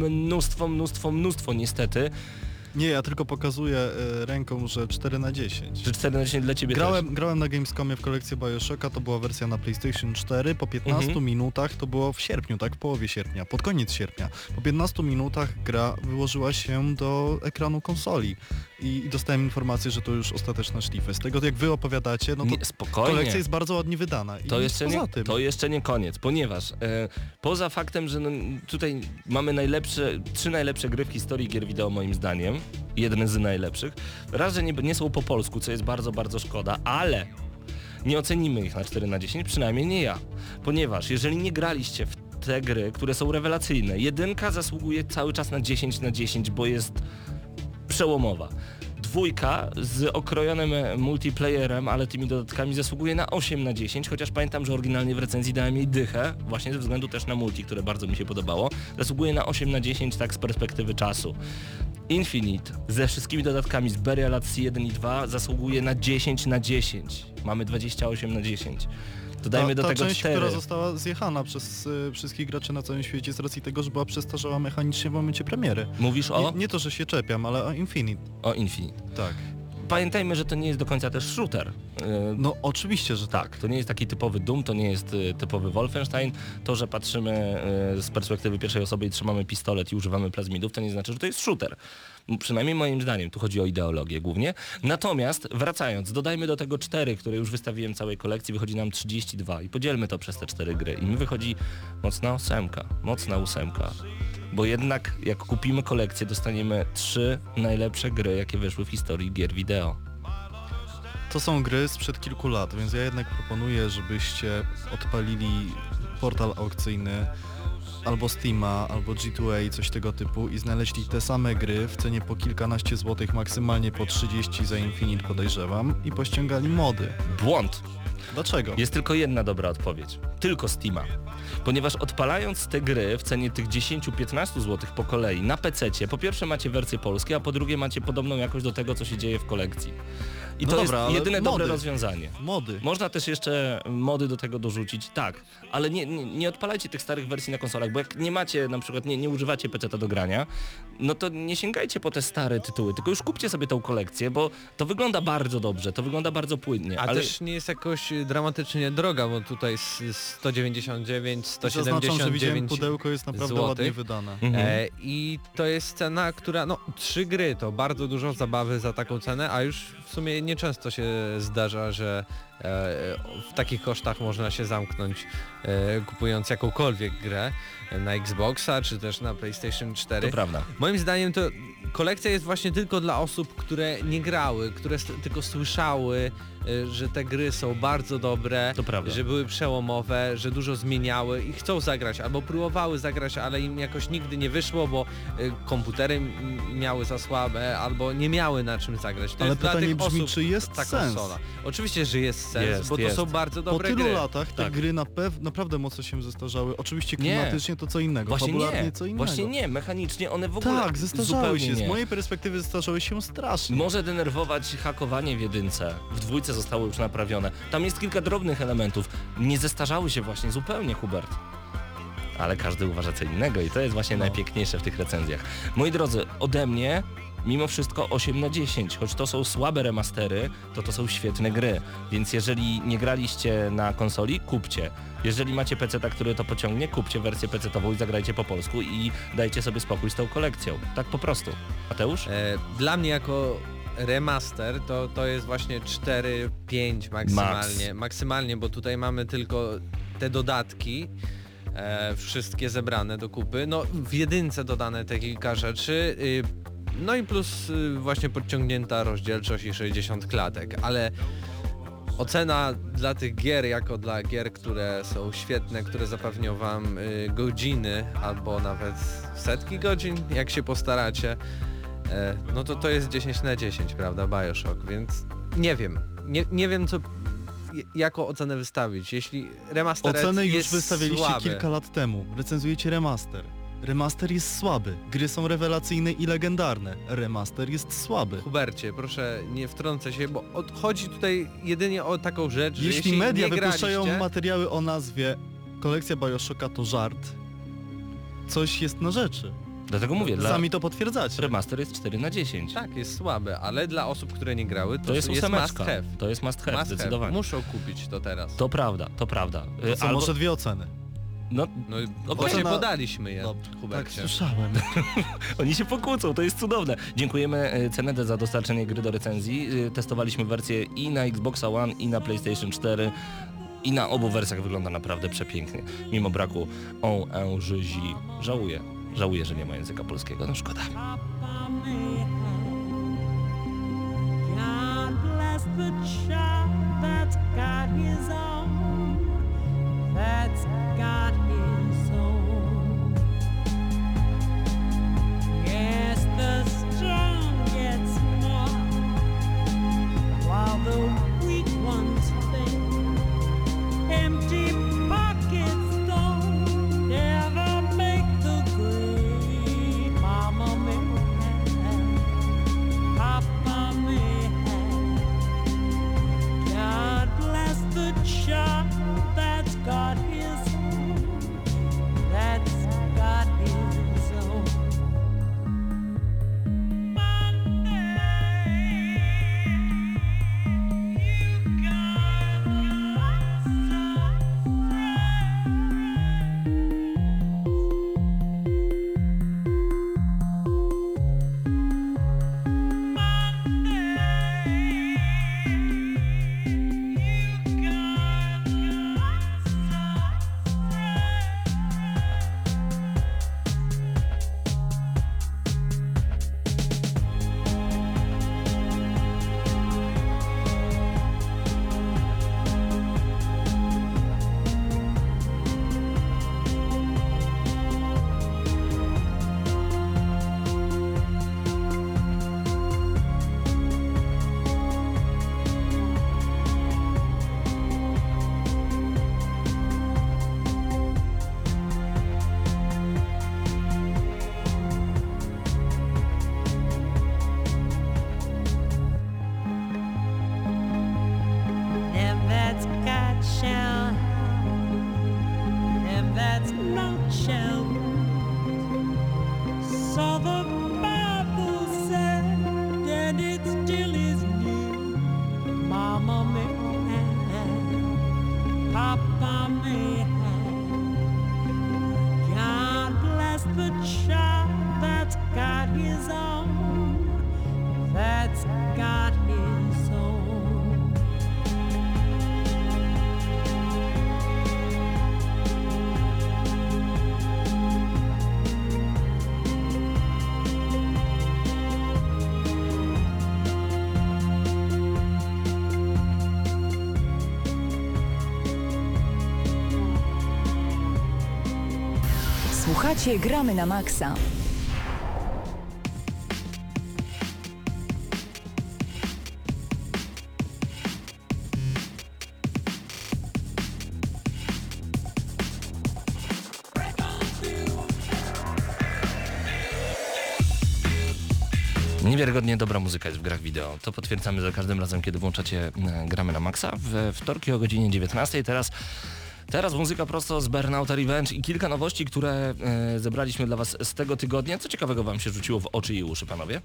mnóstwo niestety. Nie, ja tylko pokazuję ręką, że 4/10. Czy 4/10 dla ciebie Grałem na Gamescomie w kolekcję BioShocka, to była wersja na PlayStation 4, po 15 minutach, to było w sierpniu, tak? W połowie sierpnia, pod koniec sierpnia. Po 15 minutach gra wyłożyła się do ekranu konsoli i dostałem informację, że to już ostateczna szlify. Z tego jak wy opowiadacie, no to spokojnie. kolekcja jest bardzo ładnie wydana. To jeszcze nie koniec, ponieważ poza faktem, że tutaj mamy 3 najlepsze gry w historii gier wideo moim zdaniem, jeden z najlepszych, raz, że nie są po polsku, co jest bardzo, bardzo szkoda, ale nie ocenimy ich na 4/10, przynajmniej nie ja, ponieważ jeżeli nie graliście w te gry, które są rewelacyjne, 1 zasługuje cały czas na 10/10, bo jest przełomowa. 2 z okrojonym multiplayerem, ale tymi dodatkami zasługuje na 8/10, chociaż pamiętam, że oryginalnie w recenzji dałem jej dychę, właśnie ze względu też na multi, które bardzo mi się podobało. Zasługuje na 8/10 tak z perspektywy czasu. Infinite ze wszystkimi dodatkami z Burial at Sea 1 i 2 zasługuje na 10/10. Mamy 28/10. Dodajmy do ta tego część, 4. która została zjechana przez wszystkich graczy na całym świecie z racji tego, że była przestarzała mechanicznie w momencie premiery. Mówisz o? Nie to, że się czepiam, ale o Infinite. O Infinite. Tak. Pamiętajmy, że to nie jest do końca też shooter. No oczywiście, że tak. To nie jest taki typowy Doom, to nie jest typowy Wolfenstein. To, że patrzymy z perspektywy pierwszej osoby i trzymamy pistolet i używamy plazmidów, to nie znaczy, że to jest shooter. Przynajmniej moim zdaniem, tu chodzi o ideologię głównie. Natomiast wracając, dodajmy do tego 4, które już wystawiłem całej kolekcji, wychodzi nam 32 i podzielmy to przez te 4 gry i mi wychodzi mocna 8. Bo jednak jak kupimy kolekcję, dostaniemy 3 najlepsze gry, jakie wyszły w historii gier wideo. To są gry sprzed kilku lat, więc ja jednak proponuję, żebyście odpalili portal aukcyjny albo Steama, albo G2A, coś tego typu i znaleźli te same gry w cenie po kilkanaście złotych, maksymalnie po 30 za Infinite podejrzewam i pościągali mody. Błąd! Dlaczego? Jest tylko jedna dobra odpowiedź. Tylko Steama. Ponieważ odpalając te gry w cenie tych 10-15 zł po kolei na PC-cie, po pierwsze macie wersję polską, a po drugie macie podobną jakość do tego, co się dzieje w kolekcji. I No to dobra, jest jedyne mody. dobre rozwiązanie. Mody. Można też jeszcze mody do tego dorzucić, tak, ale nie odpalajcie tych starych wersji na konsolach, bo jak nie macie, na przykład nie używacie PC-ta do grania, no to nie sięgajcie po te stare tytuły, tylko już kupcie sobie tą kolekcję, bo to wygląda bardzo dobrze, to wygląda bardzo płynnie. Ale też nie jest jakoś dramatycznie droga, bo tutaj 199, Zaznaczam, że widziałem 179 pudełko jest naprawdę złotych. ładnie wydane. I to jest cena, która, 3 gry to bardzo dużo zabawy za taką cenę, a już w sumie nieczęsto się zdarza, że w takich kosztach można się zamknąć kupując jakąkolwiek grę na Xboxa czy też na PlayStation 4. To prawda. Moim zdaniem to kolekcja jest właśnie tylko dla osób, które nie grały, które tylko słyszały, że te gry są bardzo dobre, To prawda. że były przełomowe, że dużo zmieniały i chcą zagrać, albo próbowały zagrać, ale im jakoś nigdy nie wyszło, bo komputery miały za słabe, albo nie miały na czym zagrać. To Ale jest dla pytanie tych brzmi, osób czy jest ta sens? konsola. Oczywiście, że jest sens, Jest, bo to jest. są bardzo Po dobre tylu gry. latach te Tak. gry naprawdę mocno się zestarzały. Oczywiście Nie. klimatycznie to co innego, Właśnie fabularnie nie, co innego. właśnie nie, mechanicznie one w ogóle Tak, zestarzały zupełnie się. Z nie. mojej perspektywy zestarzały się strasznie. Może denerwować hakowanie w 1, w 2 zostało już naprawione. Tam jest kilka drobnych elementów. Nie zestarzały się właśnie zupełnie, Hubert. Ale każdy uważa co innego i to jest właśnie najpiękniejsze w tych recenzjach. Moi drodzy, ode mnie mimo wszystko 8/10, choć to są słabe remastery, to są świetne gry. Więc jeżeli nie graliście na konsoli, kupcie. Jeżeli macie PC-ta, który to pociągnie, kupcie wersję PC-tową i zagrajcie po polsku i dajcie sobie spokój z tą kolekcją. Tak po prostu. Mateusz? Dla mnie jako remaster to jest właśnie 4-5 maksymalnie. Maksymalnie, bo tutaj mamy tylko te dodatki, wszystkie zebrane do kupy. No w 1 dodane te kilka rzeczy. No i plus właśnie podciągnięta rozdzielczość i 60 klatek, ale Ocena dla tych gier jako dla gier, które są świetne, które zapewnią wam godziny albo nawet setki godzin, jak się postaracie, no to jest 10/10, prawda, BioShock, więc nie wiem. Nie wiem co jaką ocenę wystawić. Jeśli remaster Ocenę już jest wystawialiście słaby, kilka lat temu. Recenzujecie remaster. Remaster jest słaby. Gry są rewelacyjne i legendarne. Remaster jest słaby. Hubercie, proszę nie wtrącę się, bo chodzi tutaj jedynie o taką rzecz, że Jeśli media nie wypuszczają graliście, materiały o nazwie kolekcja BioShocka to żart, coś jest na rzeczy. Dlatego mówię, dla Sami to potwierdzacie. remaster jest 4/10. tak, jest słabe, ale dla osób, które nie grały, To jest must ósemeczka. have. To jest must have, Must have. zdecydowanie. Muszą kupić to teraz. To prawda, to prawda. To są może dwie oceny. No, No i Okej. właśnie Ocena- podaliśmy je, Dobrze, tak Hubercie. słyszałem. oni się pokłócą, to jest cudowne. Dziękujemy Cenede za dostarczenie gry do recenzji. Testowaliśmy wersję i na Xboxa One, i na PlayStation 4. I na obu wersjach wygląda naprawdę przepięknie. Mimo braku żyzi. Żałuję, że nie ma języka polskiego. No szkoda. God bless the child that's got his own, that's got his own. Yes, the strong get small, while the weak ones fail. Empty pockets don't ever make the grade. Mama may have, Papa may have. God bless the child that's got his own, that's got his own. Monday, you got some them that's got shall, them that's not shall. So the Bible said, and it still is new. Mama may have, Papa may have. God bless the child that's got his own, that's got his own. Słuchacie Gramy na Maxa. Niewiarygodnie dobra muzyka jest w grach wideo. To potwierdzamy za każdym razem, kiedy włączacie Gramy na Maxa. We wtorki o godzinie 19. Teraz muzyka prosto z Burnouta Revenge i kilka nowości, które zebraliśmy dla Was z tego tygodnia. Co ciekawego Wam się rzuciło w oczy i uszy, panowie?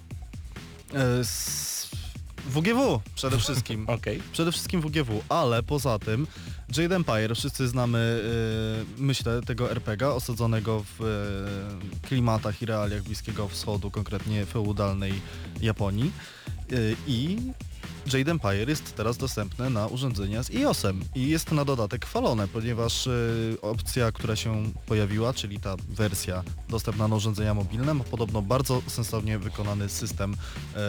WGW przede wszystkim. Okej. Przede wszystkim WGW, ale poza tym Jade Empire, wszyscy znamy, myślę, tego RPG osadzonego w klimatach i realiach Bliskiego Wschodu, konkretnie feudalnej Japonii. I Jade Empire jest teraz dostępne na urządzenia z iOS-em i jest na dodatek chwalone, ponieważ opcja, która się pojawiła, czyli ta wersja dostępna na urządzenia mobilne, ma podobno bardzo sensownie wykonany system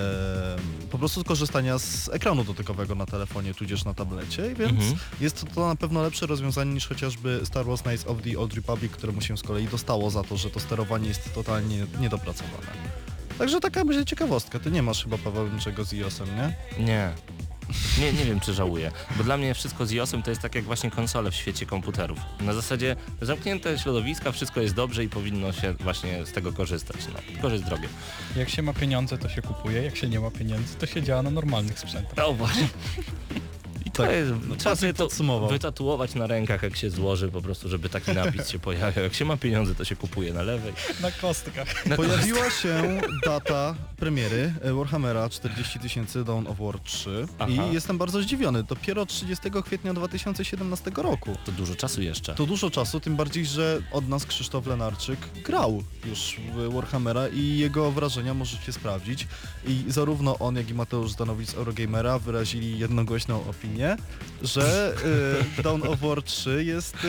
po prostu korzystania z ekranu dotykowego na telefonie, tudzież na tablecie, więc jest to na pewno lepsze rozwiązanie niż chociażby Star Wars Knights of the Old Republic, któremu się z kolei dostało za to, że to sterowanie jest totalnie niedopracowane. Także taka będzie ciekawostka. Ty nie masz chyba, Paweł, niczego z iOS-em, nie? Nie. Nie wiem, czy żałuję, bo dla mnie wszystko z iOS-em to jest tak jak właśnie konsole w świecie komputerów. Na zasadzie zamknięte środowiska, wszystko jest dobrze i powinno się właśnie z tego korzystać. No, tylko, że jest drogie. Jak się ma pieniądze, to się kupuje, jak się nie ma pieniędzy, to się działa na normalnych sprzętach. No właśnie. I to jest, trzeba sobie to podsumował. wytatuować na rękach, jak się złoży, po prostu, żeby taki napis się pojawiał. Jak się ma pieniądze, to się kupuje na lewej. Na kostkach. Pojawiła się data premiery Warhammera 40 000 Dawn of War 3 Aha. i jestem bardzo zdziwiony. Dopiero 30 kwietnia 2017 roku. To dużo czasu jeszcze. To dużo czasu, tym bardziej, że od nas Krzysztof Lenarczyk grał już w Warhammera i jego wrażenia możecie sprawdzić. I zarówno on, jak i Mateusz Zdanowicz z Eurogamera wyrazili jednogłośną opinię, że Dawn of War 3 jest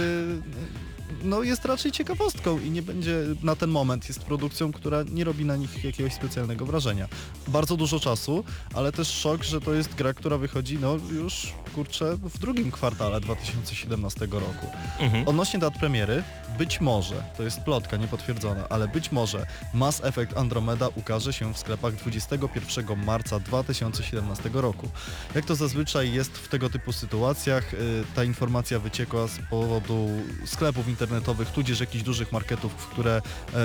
jest raczej ciekawostką i nie będzie na ten moment jest produkcją, która nie robi na nich jakiegoś specjalnego wrażenia. Bardzo dużo czasu, ale też szok, że to jest gra, która wychodzi już kurczę w drugim kwartale 2017 roku. Odnośnie dat premiery, być może, to jest plotka niepotwierdzona, ale być może Mass Effect Andromeda ukaże się w sklepach 21 marca 2017 roku. Jak to zazwyczaj jest w tego typu sytuacjach, ta informacja wyciekła z powodu sklepów internetowych, tudzież jakichś dużych marketów, które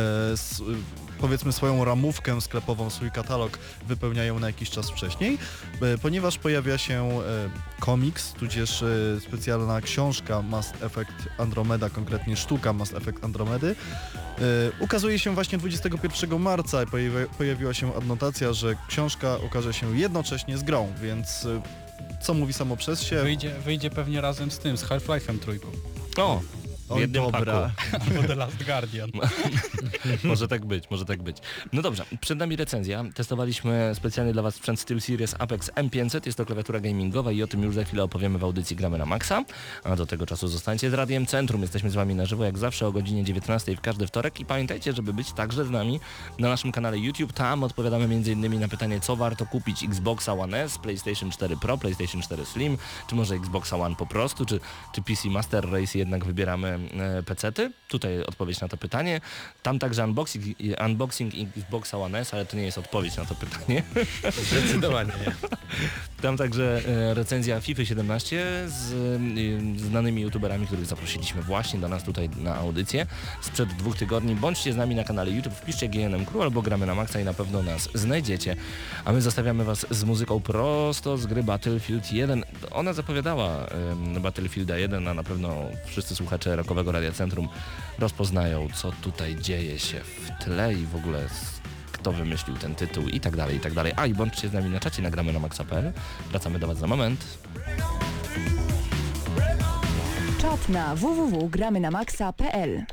powiedzmy swoją ramówkę sklepową, swój katalog wypełniają na jakiś czas wcześniej, ponieważ pojawia się komiks, tudzież specjalna książka Mass Effect Andromeda, konkretnie sztuka Mass Effect Andromedy. Ukazuje się właśnie 21 marca i pojawiła się adnotacja, że książka ukaże się jednocześnie z grą, więc co mówi samo przez się. Wyjdzie pewnie razem z tym, z Half-Life'em trójką. O! W Oj, jednym dobra. paku. Albo The Last Guardian. Może tak być, może tak być. No dobrze, przed nami recenzja. Testowaliśmy specjalnie dla Was sprzęt SteelSeries Apex M500. Jest to klawiatura gamingowa i o tym już za chwilę opowiemy w audycji Gramy na Maxa. A do tego czasu zostańcie z Radiem Centrum. Jesteśmy z Wami na żywo jak zawsze o godzinie 19 w każdy wtorek i pamiętajcie, żeby być także z nami na naszym kanale YouTube. Tam odpowiadamy m.in. na pytanie, co warto kupić: Xboxa One S, PlayStation 4 Pro, PlayStation 4 Slim, czy może Xboxa One po prostu, czy PC Master Race jednak wybieramy PC-ty? Tutaj odpowiedź na to pytanie. Tam także unboxing Xboxa One S, ale to nie jest odpowiedź na to pytanie. Zdecydowanie nie. Tam także recenzja FIFA 17 z znanymi youtuberami, których zaprosiliśmy właśnie do nas tutaj na audycję sprzed 2 tygodni. Bądźcie z nami na kanale YouTube, wpiszcie GNM Crew albo Gramy na Maxa i na pewno nas znajdziecie. A my zostawiamy Was z muzyką prosto z gry Battlefield 1. Ona zapowiadała Battlefielda 1, a na pewno wszyscy słuchacze Rockowego Radia Centrum rozpoznają, co tutaj dzieje się w tle i w ogóle kto wymyślił ten tytuł i tak dalej, i tak dalej. A i bądźcie z nami na czacie, nagramy na maxa.pl. Wracamy do Was za moment. Czat na www.gramynamaxa.pl.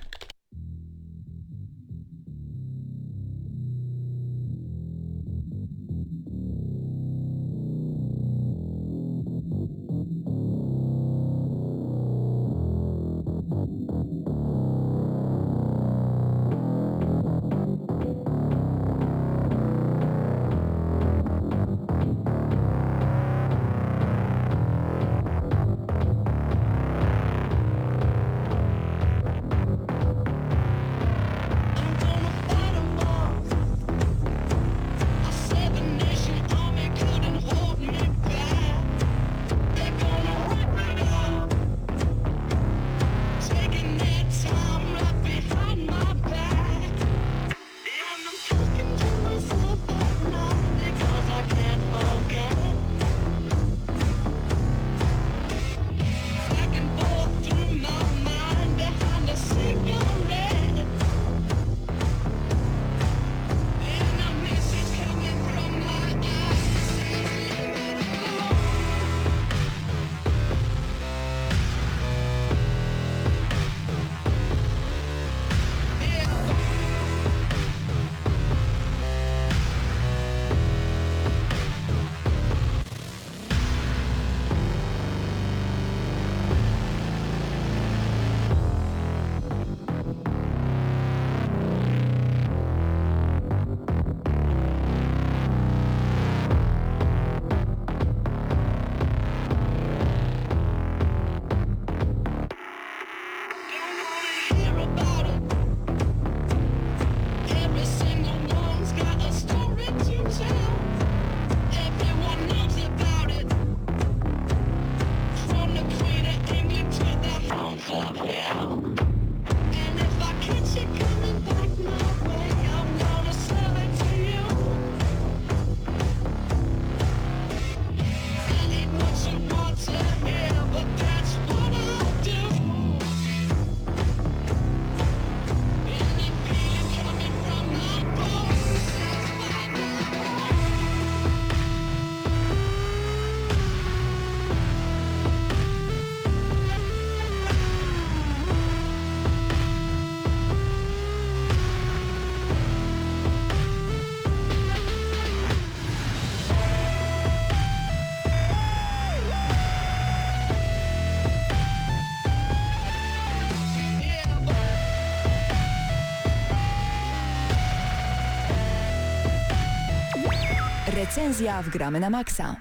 Recenzja w Gramy na Maxa.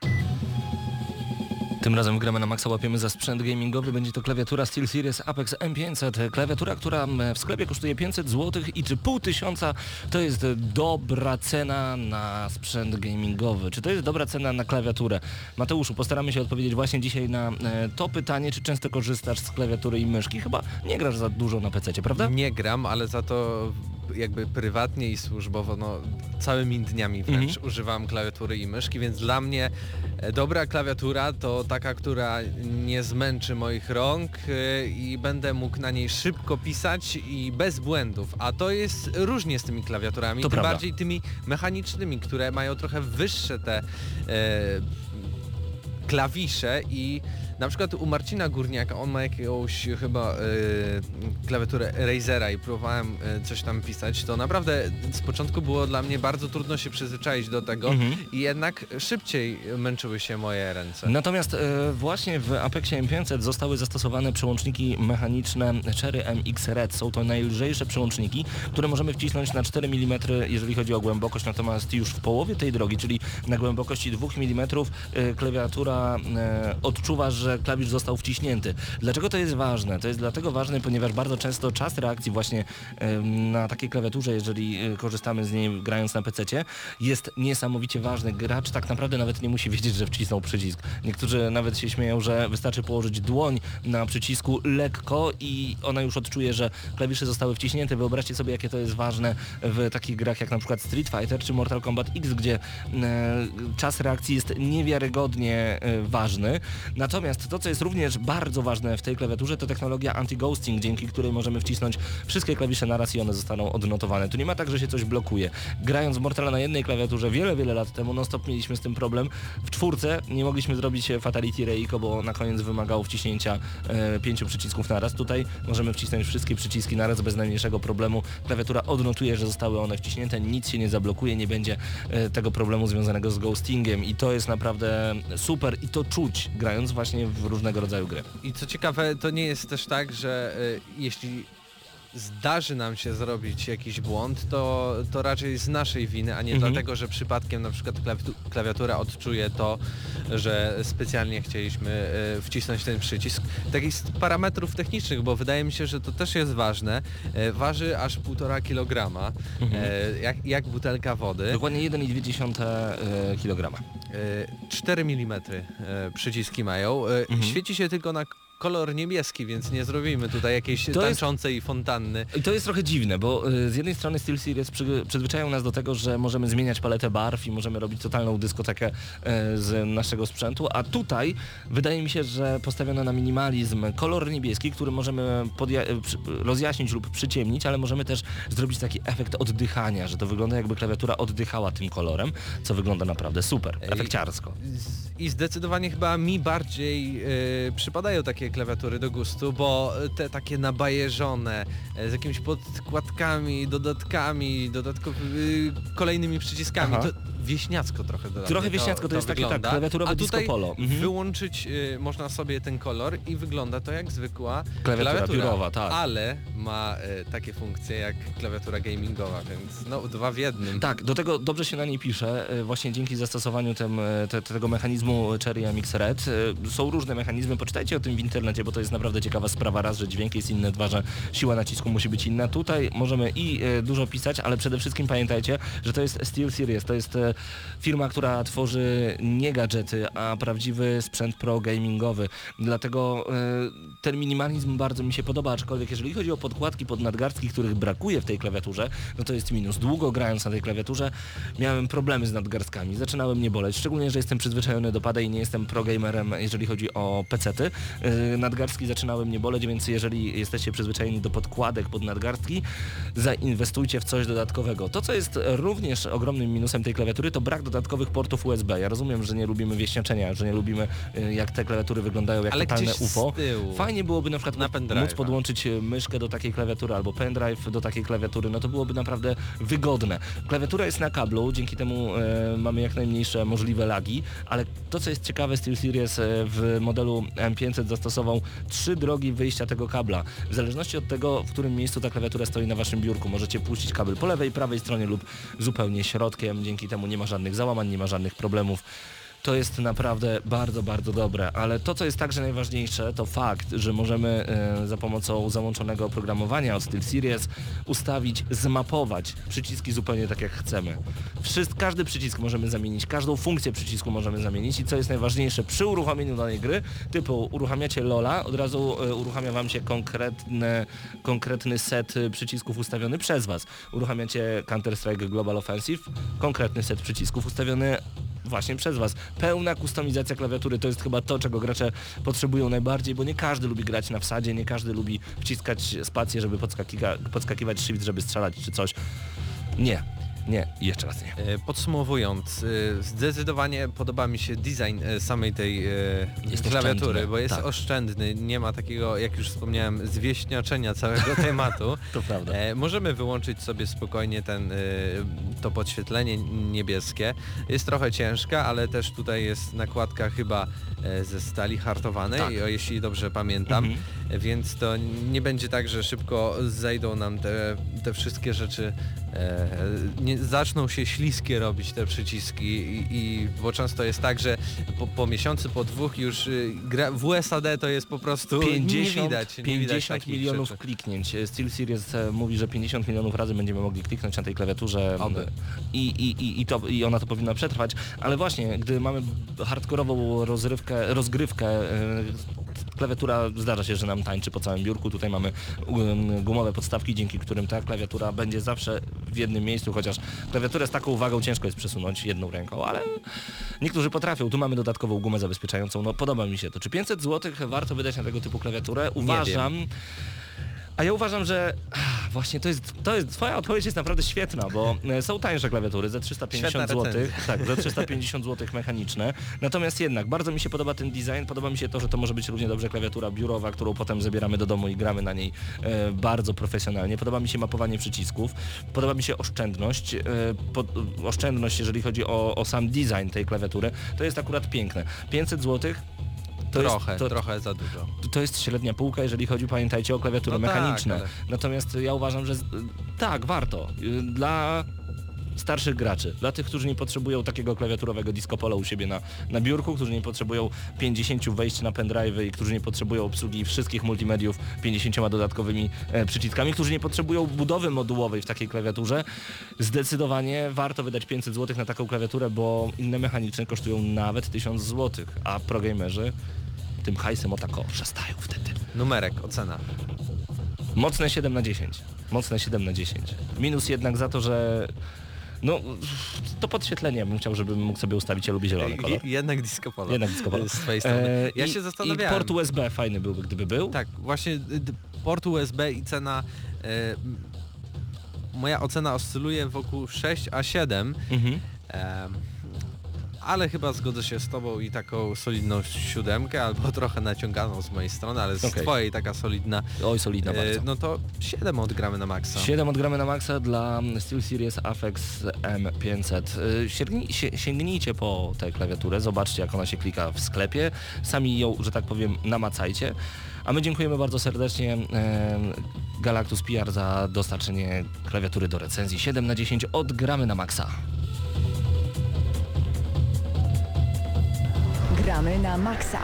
Tym razem gramy na maksa, łapiemy za sprzęt gamingowy. Będzie to klawiatura SteelSeries Apex M500. Klawiatura, która w sklepie kosztuje 500 zł i czy 500 to jest dobra cena na sprzęt gamingowy? Czy to jest dobra cena na klawiaturę? Mateuszu, postaramy się odpowiedzieć właśnie dzisiaj na to pytanie, czy często korzystasz z klawiatury i myszki? Chyba nie grasz za dużo na PC-cie, prawda? Nie gram, ale za to jakby prywatnie i służbowo, całymi dniami wręcz używam klawiatury i myszki, więc dla mnie dobra klawiatura to taka, która nie zmęczy moich rąk i będę mógł na niej szybko pisać i bez błędów, a to jest różnie z tymi klawiaturami, To tym prawda. bardziej tymi mechanicznymi, które mają trochę wyższe te klawisze i na przykład u Marcina Górniaka, on ma jakąś chyba klawiaturę Razera i próbowałem coś tam pisać, to naprawdę z początku było dla mnie bardzo trudno się przyzwyczaić do tego i jednak szybciej męczyły się moje ręce. Natomiast właśnie w Apexie M500 zostały zastosowane przełączniki mechaniczne Cherry MX Red. Są to najlżejsze przełączniki, które możemy wcisnąć na 4 mm, jeżeli chodzi o głębokość, natomiast już w połowie tej drogi, czyli na głębokości 2 mm, klawiatura odczuwa, że klawisz został wciśnięty. Dlaczego to jest ważne? To jest dlatego ważne, ponieważ bardzo często czas reakcji właśnie na takiej klawiaturze, jeżeli korzystamy z niej grając na PC-cie, jest niesamowicie ważny. Gracz tak naprawdę nawet nie musi wiedzieć, że wcisnął przycisk. Niektórzy nawet się śmieją, że wystarczy położyć dłoń na przycisku lekko i ona już odczuje, że klawisze zostały wciśnięte. Wyobraźcie sobie, jakie to jest ważne w takich grach jak na przykład Street Fighter czy Mortal Kombat X, gdzie czas reakcji jest niewiarygodnie ważny. Natomiast to, co jest również bardzo ważne w tej klawiaturze, to technologia anti-ghosting, dzięki której możemy wcisnąć wszystkie klawisze naraz i one zostaną odnotowane. Tu nie ma tak, że się coś blokuje. Grając w Mortala na jednej klawiaturze wiele lat temu, non-stop mieliśmy z tym problem. W 4 nie mogliśmy zrobić Fatality Reiko, bo na koniec wymagało wciśnięcia 5 przycisków naraz. Tutaj możemy wcisnąć wszystkie przyciski naraz bez najmniejszego problemu. Klawiatura odnotuje, że zostały one wciśnięte, nic się nie zablokuje, nie będzie tego problemu związanego z ghostingiem i to jest naprawdę super i to czuć, grając właśnie w różnego rodzaju gry. I co ciekawe, to nie jest też tak, że jeśli zdarzy nam się zrobić jakiś błąd, to raczej z naszej winy, a nie dlatego, że przypadkiem na przykład klawiatura odczuje to, że specjalnie chcieliśmy wcisnąć ten przycisk. Takich parametrów technicznych, bo wydaje mi się, że to też jest ważne. Waży aż 1,5 kg, jak butelka wody. Dokładnie 1,2 kg. 4 mm przyciski mają. Świeci się tylko na kolor niebieski, więc nie zrobimy tutaj jakiejś tańczącej fontanny. I to jest trochę dziwne, bo z jednej strony SteelSeries przyzwyczają nas do tego, że możemy zmieniać paletę barw i możemy robić totalną dyskotekę z naszego sprzętu, a tutaj wydaje mi się, że postawiono na minimalizm kolor niebieski, który możemy rozjaśnić lub przyciemnić, ale możemy też zrobić taki efekt oddychania, że to wygląda jakby klawiatura oddychała tym kolorem, co wygląda naprawdę super, efekciarsko. I zdecydowanie chyba mi bardziej przypadają takie klawiatury do gustu, bo te takie nabajeżone, z jakimiś podkładkami, dodatkami, kolejnymi przyciskami, to wieśniacko trochę do Trochę wieśniacko, to jest takie tak, klawiaturowe disco polo. Wyłączyć można sobie ten kolor i wygląda to jak zwykła klawiatura biurowa, tak. Ale ma takie funkcje jak klawiatura gamingowa, więc 2 w 1. Tak, do tego dobrze się na niej pisze, właśnie dzięki zastosowaniu tego mechanizmu Cherry MX Red. Są różne mechanizmy, poczytajcie o tym w internecie, bo to jest naprawdę ciekawa sprawa, raz, że dźwięk jest inny, dwa, że siła nacisku musi być inna. Tutaj możemy dużo pisać, ale przede wszystkim pamiętajcie, że to jest SteelSeries, to jest firma, która tworzy nie gadżety, a prawdziwy sprzęt pro gamingowy. Dlatego ten minimalizm bardzo mi się podoba, aczkolwiek jeżeli chodzi o podkładki pod nadgarstki, których brakuje w tej klawiaturze, no to jest minus. Długo grając na tej klawiaturze miałem problemy z nadgarstkami, zaczynały mnie boleć, szczególnie, że jestem przyzwyczajony do pada i nie jestem pro gamerem, jeżeli chodzi o pecety. Nadgarstki zaczynały mnie boleć, więc jeżeli jesteście przyzwyczajeni do podkładek pod nadgarstki, zainwestujcie w coś dodatkowego. To, co jest również ogromnym minusem tej klawiatury, to brak dodatkowych portów USB. Ja rozumiem, że nie lubimy wieśniaczenia, że nie lubimy jak te klawiatury wyglądają jak totalne UFO. Fajnie byłoby na przykład móc podłączyć myszkę do takiej klawiatury albo pendrive do takiej klawiatury, no to byłoby naprawdę wygodne. Klawiatura jest na kablu, dzięki temu mamy jak najmniejsze możliwe lagi, ale to, co jest ciekawe, SteelSeries w modelu M500 zastosował 3 drogi wyjścia tego kabla. W zależności od tego, w którym miejscu ta klawiatura stoi na waszym biurku, możecie puścić kabel po lewej, prawej stronie lub zupełnie środkiem, dzięki temu nie nie ma żadnych załamań, nie ma żadnych problemów. To jest naprawdę bardzo, bardzo dobre, ale to, co jest także najważniejsze, to fakt, że możemy za pomocą załączonego oprogramowania od SteelSeries ustawić, zmapować przyciski zupełnie tak, jak chcemy. Każdy przycisk możemy zamienić, każdą funkcję przycisku możemy zamienić i co jest najważniejsze, przy uruchomieniu danej gry, typu uruchamiacie LoL'a, od razu uruchamia Wam się konkretny set przycisków ustawiony przez Was. Uruchamiacie Counter-Strike Global Offensive, konkretny set przycisków ustawiony właśnie przez Was. Pełna kustomizacja klawiatury to jest chyba to, czego gracze potrzebują najbardziej, bo nie każdy lubi grać na wsadzie, nie każdy lubi wciskać spację, żeby podskakiwać shift, żeby strzelać czy coś. Nie, jeszcze raz nie. Podsumowując, zdecydowanie podoba mi się design samej tej Jest klawiatury, oszczędny, bo jest tak. oszczędny, nie ma takiego, jak już wspomniałem, zwieśniaczenia całego tematu. To prawda. Możemy wyłączyć sobie spokojnie to podświetlenie niebieskie. Jest trochę ciężka, ale też tutaj jest nakładka chyba ze stali hartowanej, Tak. jeśli dobrze pamiętam, więc to nie będzie tak, że szybko zejdą nam te wszystkie rzeczy, zaczną się śliskie robić te przyciski bo często jest tak, że po miesiącu, po 2 już WSAD to jest po prostu 50 nie widać takich milionów rzeczy. kliknięć. SteelSeries mówi, że 50 milionów razy będziemy mogli kliknąć na tej klawiaturze i ona to powinna przetrwać, ale właśnie, gdy mamy hardkorową rozgrywkę, klawiatura zdarza się, że nam tańczy po całym biurku. Tutaj mamy gumowe podstawki, dzięki którym ta klawiatura będzie zawsze w jednym miejscu, chociaż klawiaturę z taką wagą ciężko jest przesunąć jedną ręką, ale niektórzy potrafią. Tu mamy dodatkową gumę zabezpieczającą. No podoba mi się to. Czy 500 zł warto wydać na tego typu klawiaturę? Uważam. A ja uważam, że właśnie to jest twoja odpowiedź jest naprawdę świetna, bo są tańsze klawiatury za 350 zł. Tak, za 350 zł mechaniczne. Natomiast jednak bardzo mi się podoba ten design, podoba mi się to, że to może być równie dobrze klawiatura biurowa, którą potem zabieramy do domu i gramy na niej bardzo profesjonalnie. Podoba mi się mapowanie przycisków, podoba mi się oszczędność. Oszczędność, jeżeli chodzi o sam design tej klawiatury, to jest akurat piękne. 500 zł Trochę za dużo. To jest średnia półka, jeżeli chodzi, pamiętajcie, o klawiatury mechaniczne. Tak, ale... Natomiast ja uważam, że tak, warto. Dla starszych graczy, dla tych, którzy nie potrzebują takiego klawiaturowego disco polo u siebie na biurku, którzy nie potrzebują 50 wejść na pendrive'y i którzy nie potrzebują obsługi wszystkich multimediów 50 dodatkowymi przyciskami, którzy nie potrzebują budowy modułowej w takiej klawiaturze, zdecydowanie warto wydać 500 zł na taką klawiaturę, bo inne mechaniczne kosztują nawet 1000 zł, a progamerzy tym hajsem o tako przestają wtedy. Numerek, ocena. Mocne 7 na 10. Mocne 7 na 10. Minus jednak za to, że no to podświetlenie bym chciał, żebym mógł sobie ustawić, ja lubię zielony kolor. Jednak disco polo. Jednak disco polo. Z twojej strony. Ja się zastanawiałem. I port USB fajny byłby, gdyby był. Tak, właśnie port USB i cena... moja ocena oscyluje wokół 6 a 7. Ale chyba zgodzę się z tobą i taką solidną 7, albo trochę naciąganą z mojej strony, ale z twojej taka solidna. Oj, solidna bardzo. No to 7 odgramy na maksa. 7 odgramy na maksa dla SteelSeries Aphex M500. Sięgnijcie po tę klawiaturę, zobaczcie, jak ona się klika w sklepie. Sami ją, że tak powiem, namacajcie. A my dziękujemy bardzo serdecznie Galactus PR za dostarczenie klawiatury do recenzji. 7 na 10 odgramy na maksa. Gramy na maksa.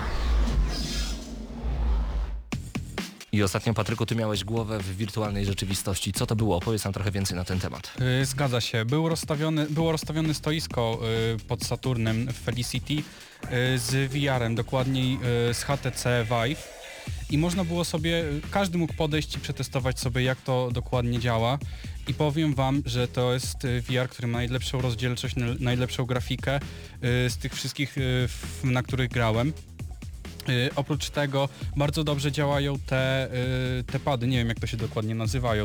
I ostatnio, Patryku, ty miałeś głowę w wirtualnej rzeczywistości. Co to było? Opowiedz nam trochę więcej na ten temat. Zgadza się. Było rozstawione stoisko pod Saturnem w Felicity z VR-em, dokładniej z HTC Vive. I można było sobie, każdy mógł podejść i przetestować sobie, jak to dokładnie działa. I powiem wam, że to jest VR, który ma najlepszą rozdzielczość, najlepszą grafikę z tych wszystkich, na których grałem. Oprócz tego bardzo dobrze działają te pady, nie wiem jak to się dokładnie nazywają,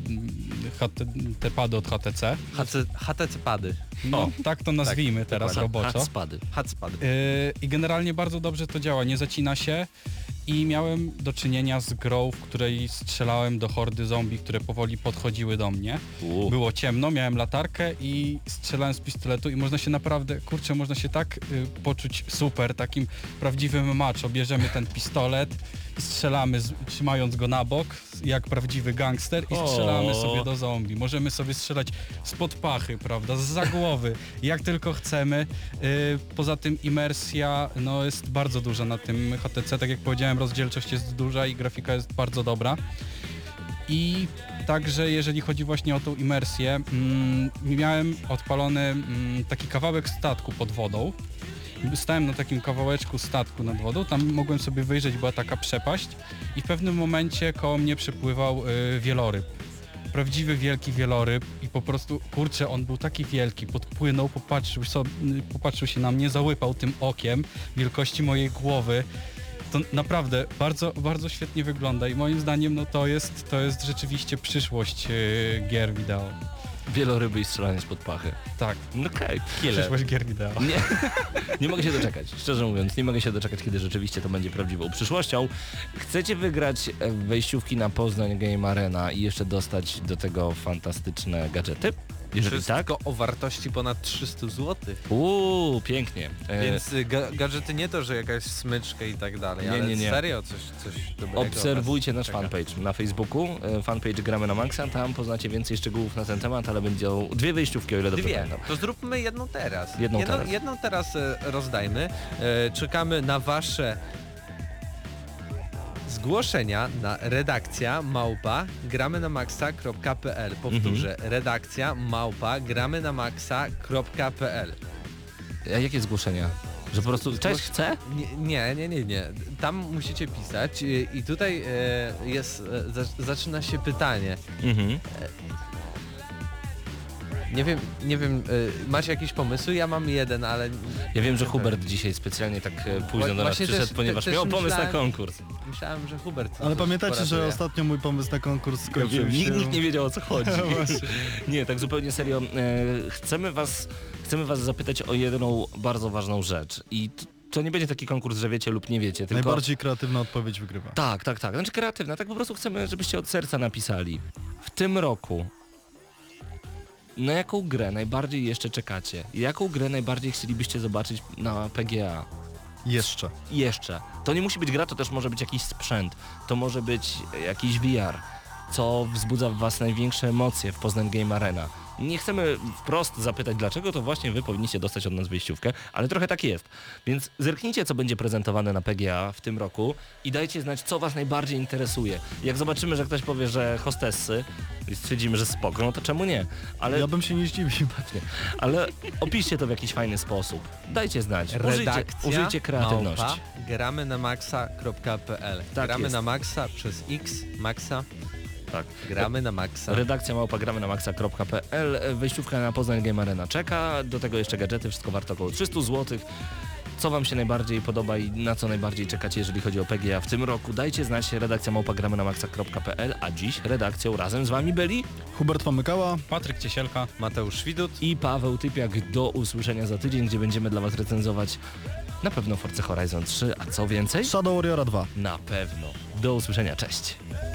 te pady od HTC. HTC pady. No, tak to nazwijmy teraz roboczo. HTC pady. I generalnie bardzo dobrze to działa, nie zacina się i miałem do czynienia z grą, w której strzelałem do hordy zombie, które powoli podchodziły do mnie. Było ciemno, miałem latarkę i strzelałem z pistoletu i można się naprawdę, kurczę, można się tak poczuć super, takim prawdziwym macho. Bierzemy ten pistolet i strzelamy, trzymając go na bok, jak prawdziwy gangster i strzelamy sobie do zombie. Możemy sobie strzelać spod pachy, prawda, zza głowy, jak tylko chcemy. Poza tym imersja no, jest bardzo duża na tym HTC, tak jak powiedziałem, rozdzielczość jest duża i grafika jest bardzo dobra. I także jeżeli chodzi właśnie o tą imersję, miałem odpalony taki kawałek statku pod wodą. Stałem na takim kawałeczku statku nad wodą, tam mogłem sobie wyjrzeć, była taka przepaść i w pewnym momencie koło mnie przepływał wieloryb. Prawdziwy wielki wieloryb i po prostu, kurczę, on był taki wielki, podpłynął, popatrzył się na mnie, załypał tym okiem wielkości mojej głowy. To naprawdę bardzo, bardzo świetnie wygląda i moim zdaniem no to jest rzeczywiście przyszłość gier wideo. Wieloryby i strzelanie spod pachy. Tak, Okej. przyszłość gier wideo. Nie mogę się doczekać, szczerze mówiąc, nie mogę się doczekać, kiedy rzeczywiście to będzie prawdziwą przyszłością. Chcecie wygrać wejściówki na Poznań Game Arena i jeszcze dostać do tego fantastyczne gadżety? Jeżeli tak, Wszystko o wartości ponad 300 zł. pięknie. Więc gadżety nie to, że jakaś smyczka i tak dalej, ale nie. serio coś dobrego. Obserwujcie was nasz czeka. fanpage na Facebooku, fanpage Gramy na Maxa, tam poznacie więcej szczegółów na ten temat, ale będą 2 wejściówki, o ile dobrze pamiętam. To zróbmy jedną teraz. Teraz. Jedną teraz rozdajmy. Czekamy na wasze zgłoszenia na redakcja@gramynamaxa.pl. Powtórzę, redakcja@gramynamaxa.pl. A jakie zgłoszenia? Że po prostu cześć, chcę? Nie. Tam musicie pisać i tutaj zaczyna się pytanie. Nie wiem, masz jakieś pomysły? Ja mam jeden, ale... Ja wiem, że Hubert dzisiaj specjalnie tak późno do nas Właśnie przyszedł, też- ponieważ też miał pomysł na myślałem- konkurs. Myślałem, że Hubert... Ale coś pamiętacie, że poraduje. ostatnio mój pomysł na konkurs skończył się... Nikt nie wiedział, o co chodzi. Właśnie. Nie, tak zupełnie serio. Chcemy was zapytać o jedną bardzo ważną rzecz. I to nie będzie taki konkurs, że wiecie lub nie wiecie, tylko... Najbardziej kreatywna odpowiedź wygrywa. Tak. Znaczy kreatywna. Tak po prostu chcemy, żebyście od serca napisali. W tym roku na jaką grę najbardziej jeszcze czekacie? Jaką grę najbardziej chcielibyście zobaczyć na PGA? Jeszcze. To nie musi być gra, to też może być jakiś sprzęt. To może być jakiś VR. Co wzbudza w was największe emocje w Poznań Game Arena. Nie chcemy wprost zapytać, dlaczego to właśnie wy powinniście dostać od nas wyjściówkę, ale trochę tak jest. Więc zerknijcie, co będzie prezentowane na PGA w tym roku i dajcie znać, co was najbardziej interesuje. Jak zobaczymy, że ktoś powie, że hostessy i stwierdzimy, że spoko, no to czemu nie? Ale Ja bym się nie zdziwił. ale opiszcie to w jakiś fajny sposób. Dajcie znać. Użyjcie kreatywności. Gramynamaxa.pl. Tak Gramy jest. na Maxa przez X, Maxa. Tak. Gramy na Maxa. Redakcja @gramynamaxa.pl. Wejściówka na Poznań Game Arena czeka. Do tego jeszcze gadżety, wszystko warto około 300 zł. Co wam się najbardziej podoba i na co najbardziej czekacie, jeżeli chodzi o PGA w tym roku? Dajcie znać, redakcja @gramynamaxa.pl, a dziś redakcją razem z wami byli Hubert Pomykała. Patryk Ciesielka. Mateusz Widut. i Paweł Typiak. Do usłyszenia za tydzień, gdzie będziemy dla was recenzować na pewno Forza Horizon 3, a co więcej? Shadow Warriora 2. Na pewno. Do usłyszenia, cześć.